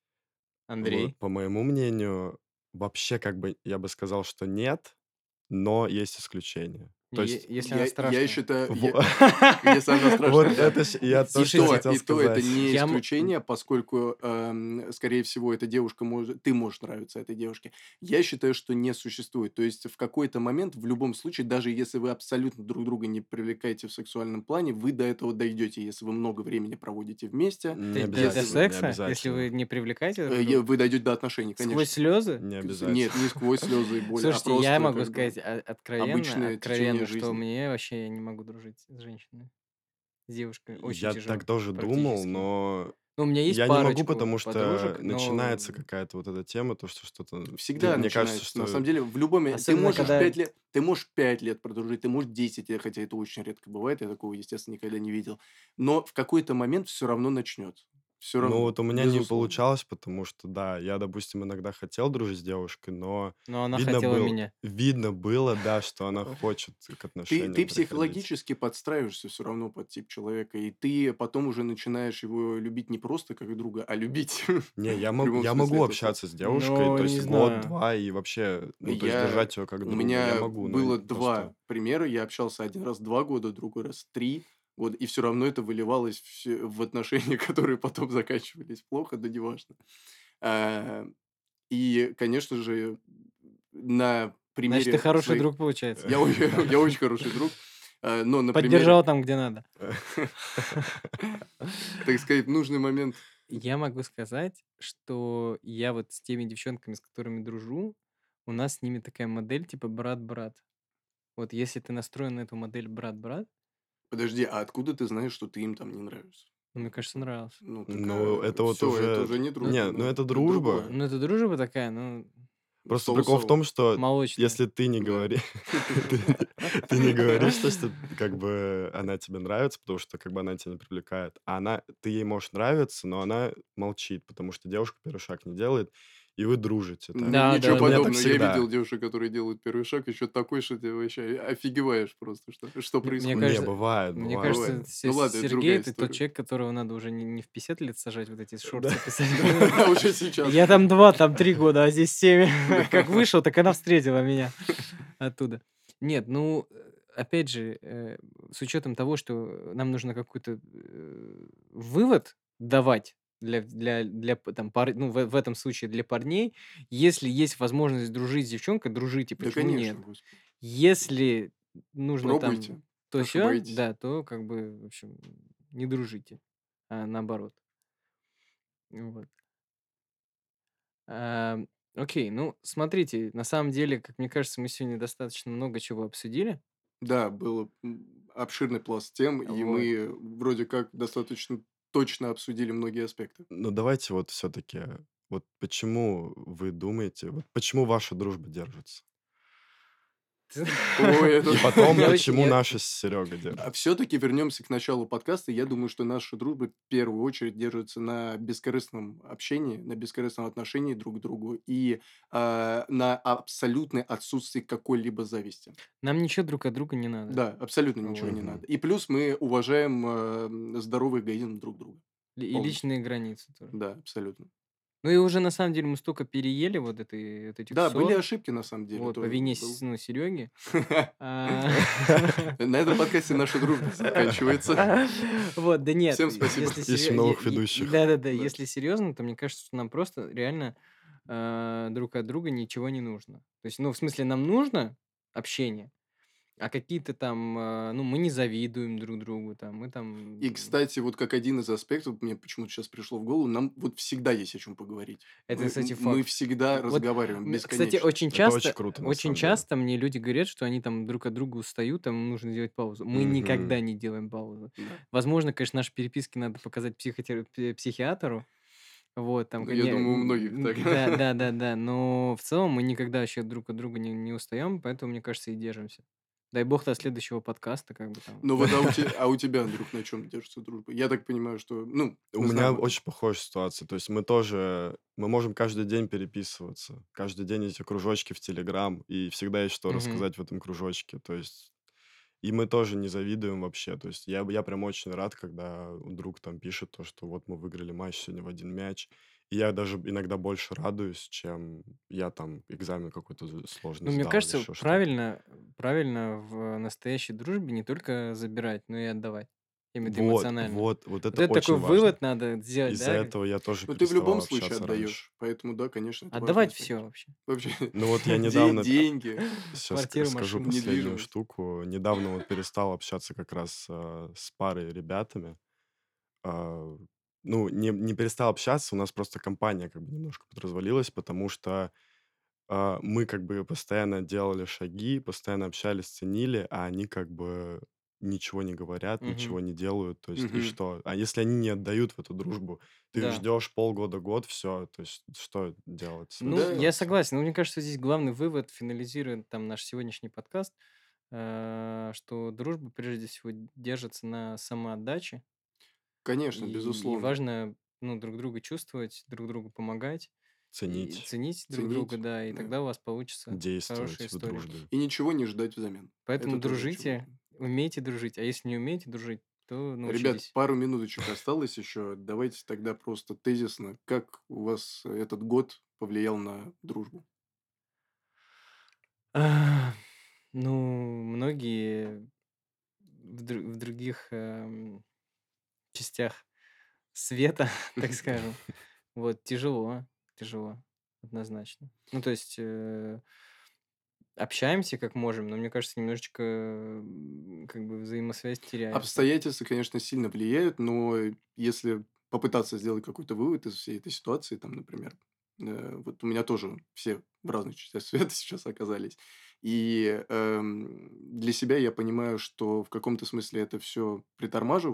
Андрей? По моему мнению, вообще, как бы, я бы сказал, что нет, но есть исключения. То есть Если она Я страшная. считаю, во если она вот страшная, да. это я И только то, Слушайте, хотел и то это сказать. не я... исключение, поскольку, скорее всего, эта девушка может, ты можешь нравиться этой девушке. Я считаю, что не существует. То есть в какой-то момент, в любом случае, даже если вы абсолютно друг друга не привлекаете в сексуальном плане, вы до этого дойдете, если вы много времени проводите вместе, Не До если вы, обязательно, не секса, если вы обязательно, не привлекаете друг друга? вы дойдете до отношений, Сквозь конечно. слезы? не Нет, не обязательно. сквозь слезы и боль, а Слушайте, я просто могу как бы сказать откровенно, обычное течение откровенно, что жизни. мне вообще я не могу дружить с женщиной, с девушкой. Очень Я тяжело, так тоже думал, практически. но Ну, у меня есть я не могу, парочку потому что подружек, но начинается какая-то вот эта тема, то, что что-то Всегда мне кажется, начинается. На что самом деле, в любом ты особенно можешь когда... 5 лет продружить, ты можешь 10 лет, хотя это очень редко бывает, я такого, естественно, никогда не видел. Но в какой-то момент все равно начнется. Все ну, равно, вот у меня не безусловно. получалось, потому что, да, я, допустим, иногда хотел дружить с девушкой, но Но она хотела меня. видно было, да, что она хочет к Ты отношениям приходить. психологически подстраиваешься все равно под тип человека, и ты потом уже начинаешь его любить не просто как друга, а любить Не, в любом я смысле могу этого слова. общаться с девушкой, Ну, то не есть знаю. год-два и вообще, ну, то есть держать ее как У друга я меня могу, но было просто 2 примера. Я общался один раз 2 года, другой раз 3 года, и все равно это выливалось в отношения, которые потом заканчивались плохо, да неважно. А, и, конечно же, на Значит, ты примере хороший своих друг, получается. я очень хороший друг, но на примере, Поддержал там, где надо. так сказать, в нужный момент. Я могу сказать, что я вот с теми девчонками, с которыми дружу, у нас с ними такая модель типа брат-брат. Вот если ты настроен на эту модель брат-брат, Подожди, а откуда ты знаешь, что ты им там не нравишься? Ну, мне кажется, нравился. Ну, так, Ну, это вот все, это уже... уже не Ну, дружба, Не, ну ну, это это дружба. другое. ну это дружба такая, ну, Просто прикол в Соусовая. том, что молочная. если ты не Да. говори, ты не говоришь, что как бы она тебе нравится, потому что как бы она тебя не привлекает, а ты ей можешь нравиться, но она молчит, потому что девушка первый шаг не делает, и вы дружите так. Да, Ничего да, Вот у меня да. так подобного. Я видел всегда. девушек, которые делают первый шаг, еще такой, что ты вообще офигеваешь просто, что Мне происходит. Не, кажется, бывает, мне бывает. Бывает. кажется, Ну ладно, это Сергей другая это тот история. человек, которого надо уже не в 50 лет сажать, вот эти Да. шорты писать. А уже сейчас. Я там 2, там 3 года, а здесь 7. Да. Как вышел, так она встретила меня оттуда. Нет, ну, опять же, с учетом того, что нам нужно какой-то вывод давать там, ну, в этом случае для парней, если есть возможность дружить с девчонкой, дружите, Да, почему нет? конечно, господи. Если нужно там Пробуйте, то сё, ошибайтесь. да, то как бы, в общем, не дружите, а наоборот. Вот. Ам, окей, ну, смотрите, на самом деле, как мне кажется, мы сегодня достаточно много чего обсудили. Да, был обширный пласт тем, и Вот. мы вроде как достаточно точно обсудили многие аспекты. Ну, давайте вот все-таки, вот почему вы думаете, вот почему ваша дружба держится? Ты Ой, И это... потом, я очень почему я наша с Серегой А держится? все-таки вернемся к началу подкаста. Я думаю, что наша дружба в первую очередь держится на бескорыстном общении, на бескорыстном отношении друг к другу и на абсолютной отсутствии какой-либо зависти. нам ничего друг от друга не надо. Да, абсолютно ничего Вот. не Мгм. надо. И плюс мы уважаем здоровый эгоизм друг друга. И Полностью. личные границы тоже. Да, абсолютно. Ну и уже на самом деле мы столько переели вот этих Да, были ссор, ошибки на самом деле вот, по тоже. вине Был. ну, Сереги. А, На этом подкасте наша дружба заканчивается. Вот, да нет, Всем спасибо. если Ищем новых ведущих. да-да-да, Да. если серьезно, то мне кажется, что нам просто реально друг от друга ничего не нужно. То есть, ну, в смысле, нам нужно общение, а какие-то там, ну, мы не завидуем друг другу, там, мы И, там... кстати, вот как один из аспектов, мне почему-то сейчас пришло в голову, нам вот всегда есть о чем поговорить. Это, кстати, Мы факт. всегда Вот, разговариваем кстати, бесконечно. Это очень круто, на очень самом деле. часто мне люди говорят, что они там друг от друга устают, там им нужно делать паузу. Мы никогда Мгм. не делаем паузу. Да. Возможно, конечно, наши переписки надо показать психиатру, вот, там, Ну, я думаю, у многих так. да, да, да, да, но в целом мы никогда вообще друг от друга не устаем, поэтому, мне кажется, и держимся. Дай бог до следующего подкаста, как бы там. Ну вот, а у тебя, Андрюх, на чем держится дружба? Я так понимаю, что, ну, У мы меня знаем об этом. очень похожая ситуация. То есть мы можем каждый день переписываться. Каждый день эти кружочки в Телеграм, и всегда есть что Мгм. рассказать в этом кружочке. То есть и мы тоже не завидуем вообще. То есть я прям очень рад, когда друг там пишет то, что вот мы выиграли матч сегодня в один мяч. И я даже иногда больше радуюсь, чем я там экзамен какой-то сложный Ну, мне сдал или кажется, еще что-то. правильно в настоящей дружбе не только забирать, но и отдавать. Я имею в виду Вот, эмоционально. вот, вот Вот это это такой очень важно. вывод надо сделать, Из-за да? этого я тоже Но ты в любом переставал случае общаться раньше. отдаешь. Поэтому, да, конечно, это важный Отдавать аспект. все вообще. Вообще, Ну вот я недавно, деньги, сейчас Квартиру, скажу машину. последнюю недвижимость. штуку. Недавно вот перестал общаться как раз с парой ребятами. А, ну, не перестал общаться, у нас просто компания как бы немножко подразвалилась, потому что мы как бы постоянно делали шаги, постоянно общались, ценили, а они как бы ничего не говорят, Мгм. ничего не делают. То есть, и Мгм. что? А если они не отдают в эту дружбу, ты Да. ждешь полгода, год, все, то есть, что делать с этой Ну, Да, я ситуацией? согласен. Но мне кажется, здесь главный вывод, финализирует там наш сегодняшний подкаст, что дружба прежде всего держится на самоотдаче, конечно, и безусловно. важно, ну, друг друга чувствовать, друг другу помогать и Ценить, ценить друг друга, Ценить, да, и да. тогда у вас получится хорошая действовать в история. дружбе. И ничего не ждать взамен. Поэтому Это тоже очень дружите, важно. умейте дружить, а если не умеете дружить, то Ребят, научитесь. пару минуточек осталось еще. Давайте тогда просто тезисно. Как у вас этот год повлиял на дружбу? А, Ну, многие в других частях света, так скажем, вот тяжело, тяжело, однозначно. Ну, то есть общаемся как можем, но мне кажется, немножечко как бы взаимосвязь теряется. Обстоятельства, конечно, сильно влияют, но если попытаться сделать какой-то вывод из всей этой ситуации, там, например, вот у меня тоже все в разных частях света сейчас оказались, и для себя я понимаю, что в каком-то смысле это все притормаживает,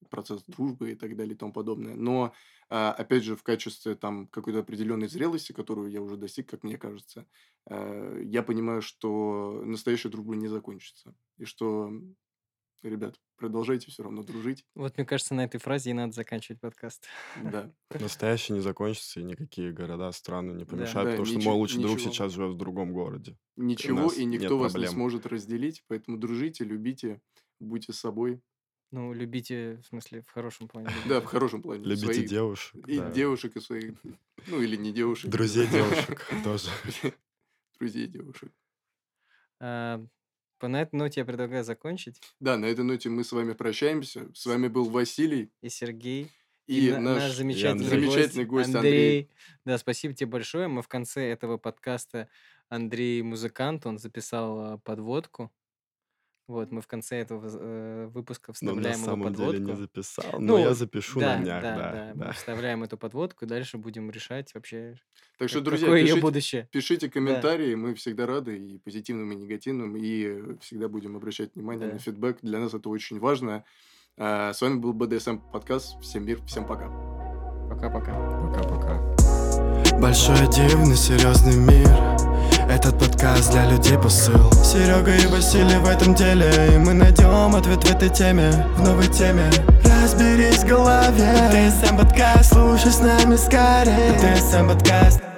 процесс дружбы и так далее и тому подобное. Но, опять же, в качестве там какой-то определенной зрелости, которую я уже достиг, как мне кажется, я понимаю, что настоящая дружба не закончится. И что, ребят, продолжайте все равно дружить. Вот, мне кажется, на этой фразе и надо заканчивать подкаст. Да, Настоящий не закончится, и никакие города, страны не Да. помешают, да, потому что мой лучший друг ничего. сейчас живет в другом городе. У Ничего, и нас нет никто вас не проблем. сможет разделить, поэтому дружите, любите, будьте собой. Ну, любите, в смысле, в хорошем плане Да, в любите. хорошем плане. Любите Своих девушек, и да. девушек, и своих, ну, или не девушек, не Друзей знаю. девушек тоже. Друзей девушек. А, На этой ноте я предлагаю закончить. Да, на этой ноте мы с вами прощаемся. С вами был Василий И Сергей, и наш наш замечательный Андрей. замечательный гость Андрей. Андрей. Да, спасибо тебе большое. Мы в конце этого подкаста, Андрей музыкант, он записал подводку. Вот, мы в конце этого выпуска Но на вставляем его самом деле не подводку. записал, но я Ну, запишу на да, днях, да, да, да. Мы да. вставляем эту подводку, дальше будем решать вообще, Так что, друзья, какое ее пишите, будущее. пишите Да, комментарии, мы всегда рады и позитивным, и негативным, и всегда будем обращать внимание на да. фидбэк. Для нас это очень важно. С вами был БДСМ подкаст. Всем мир, всем пока. Пока-пока. Пока-пока. Большой, дивный, серьезный мир. Этот подкаст для людей посыл. Серега и Василий в этом деле, и мы найдем ответ в этой теме, в новой теме. Разберись в голове. БДСМ подкаст, слушай с нами скорее. БДСМ подкаст.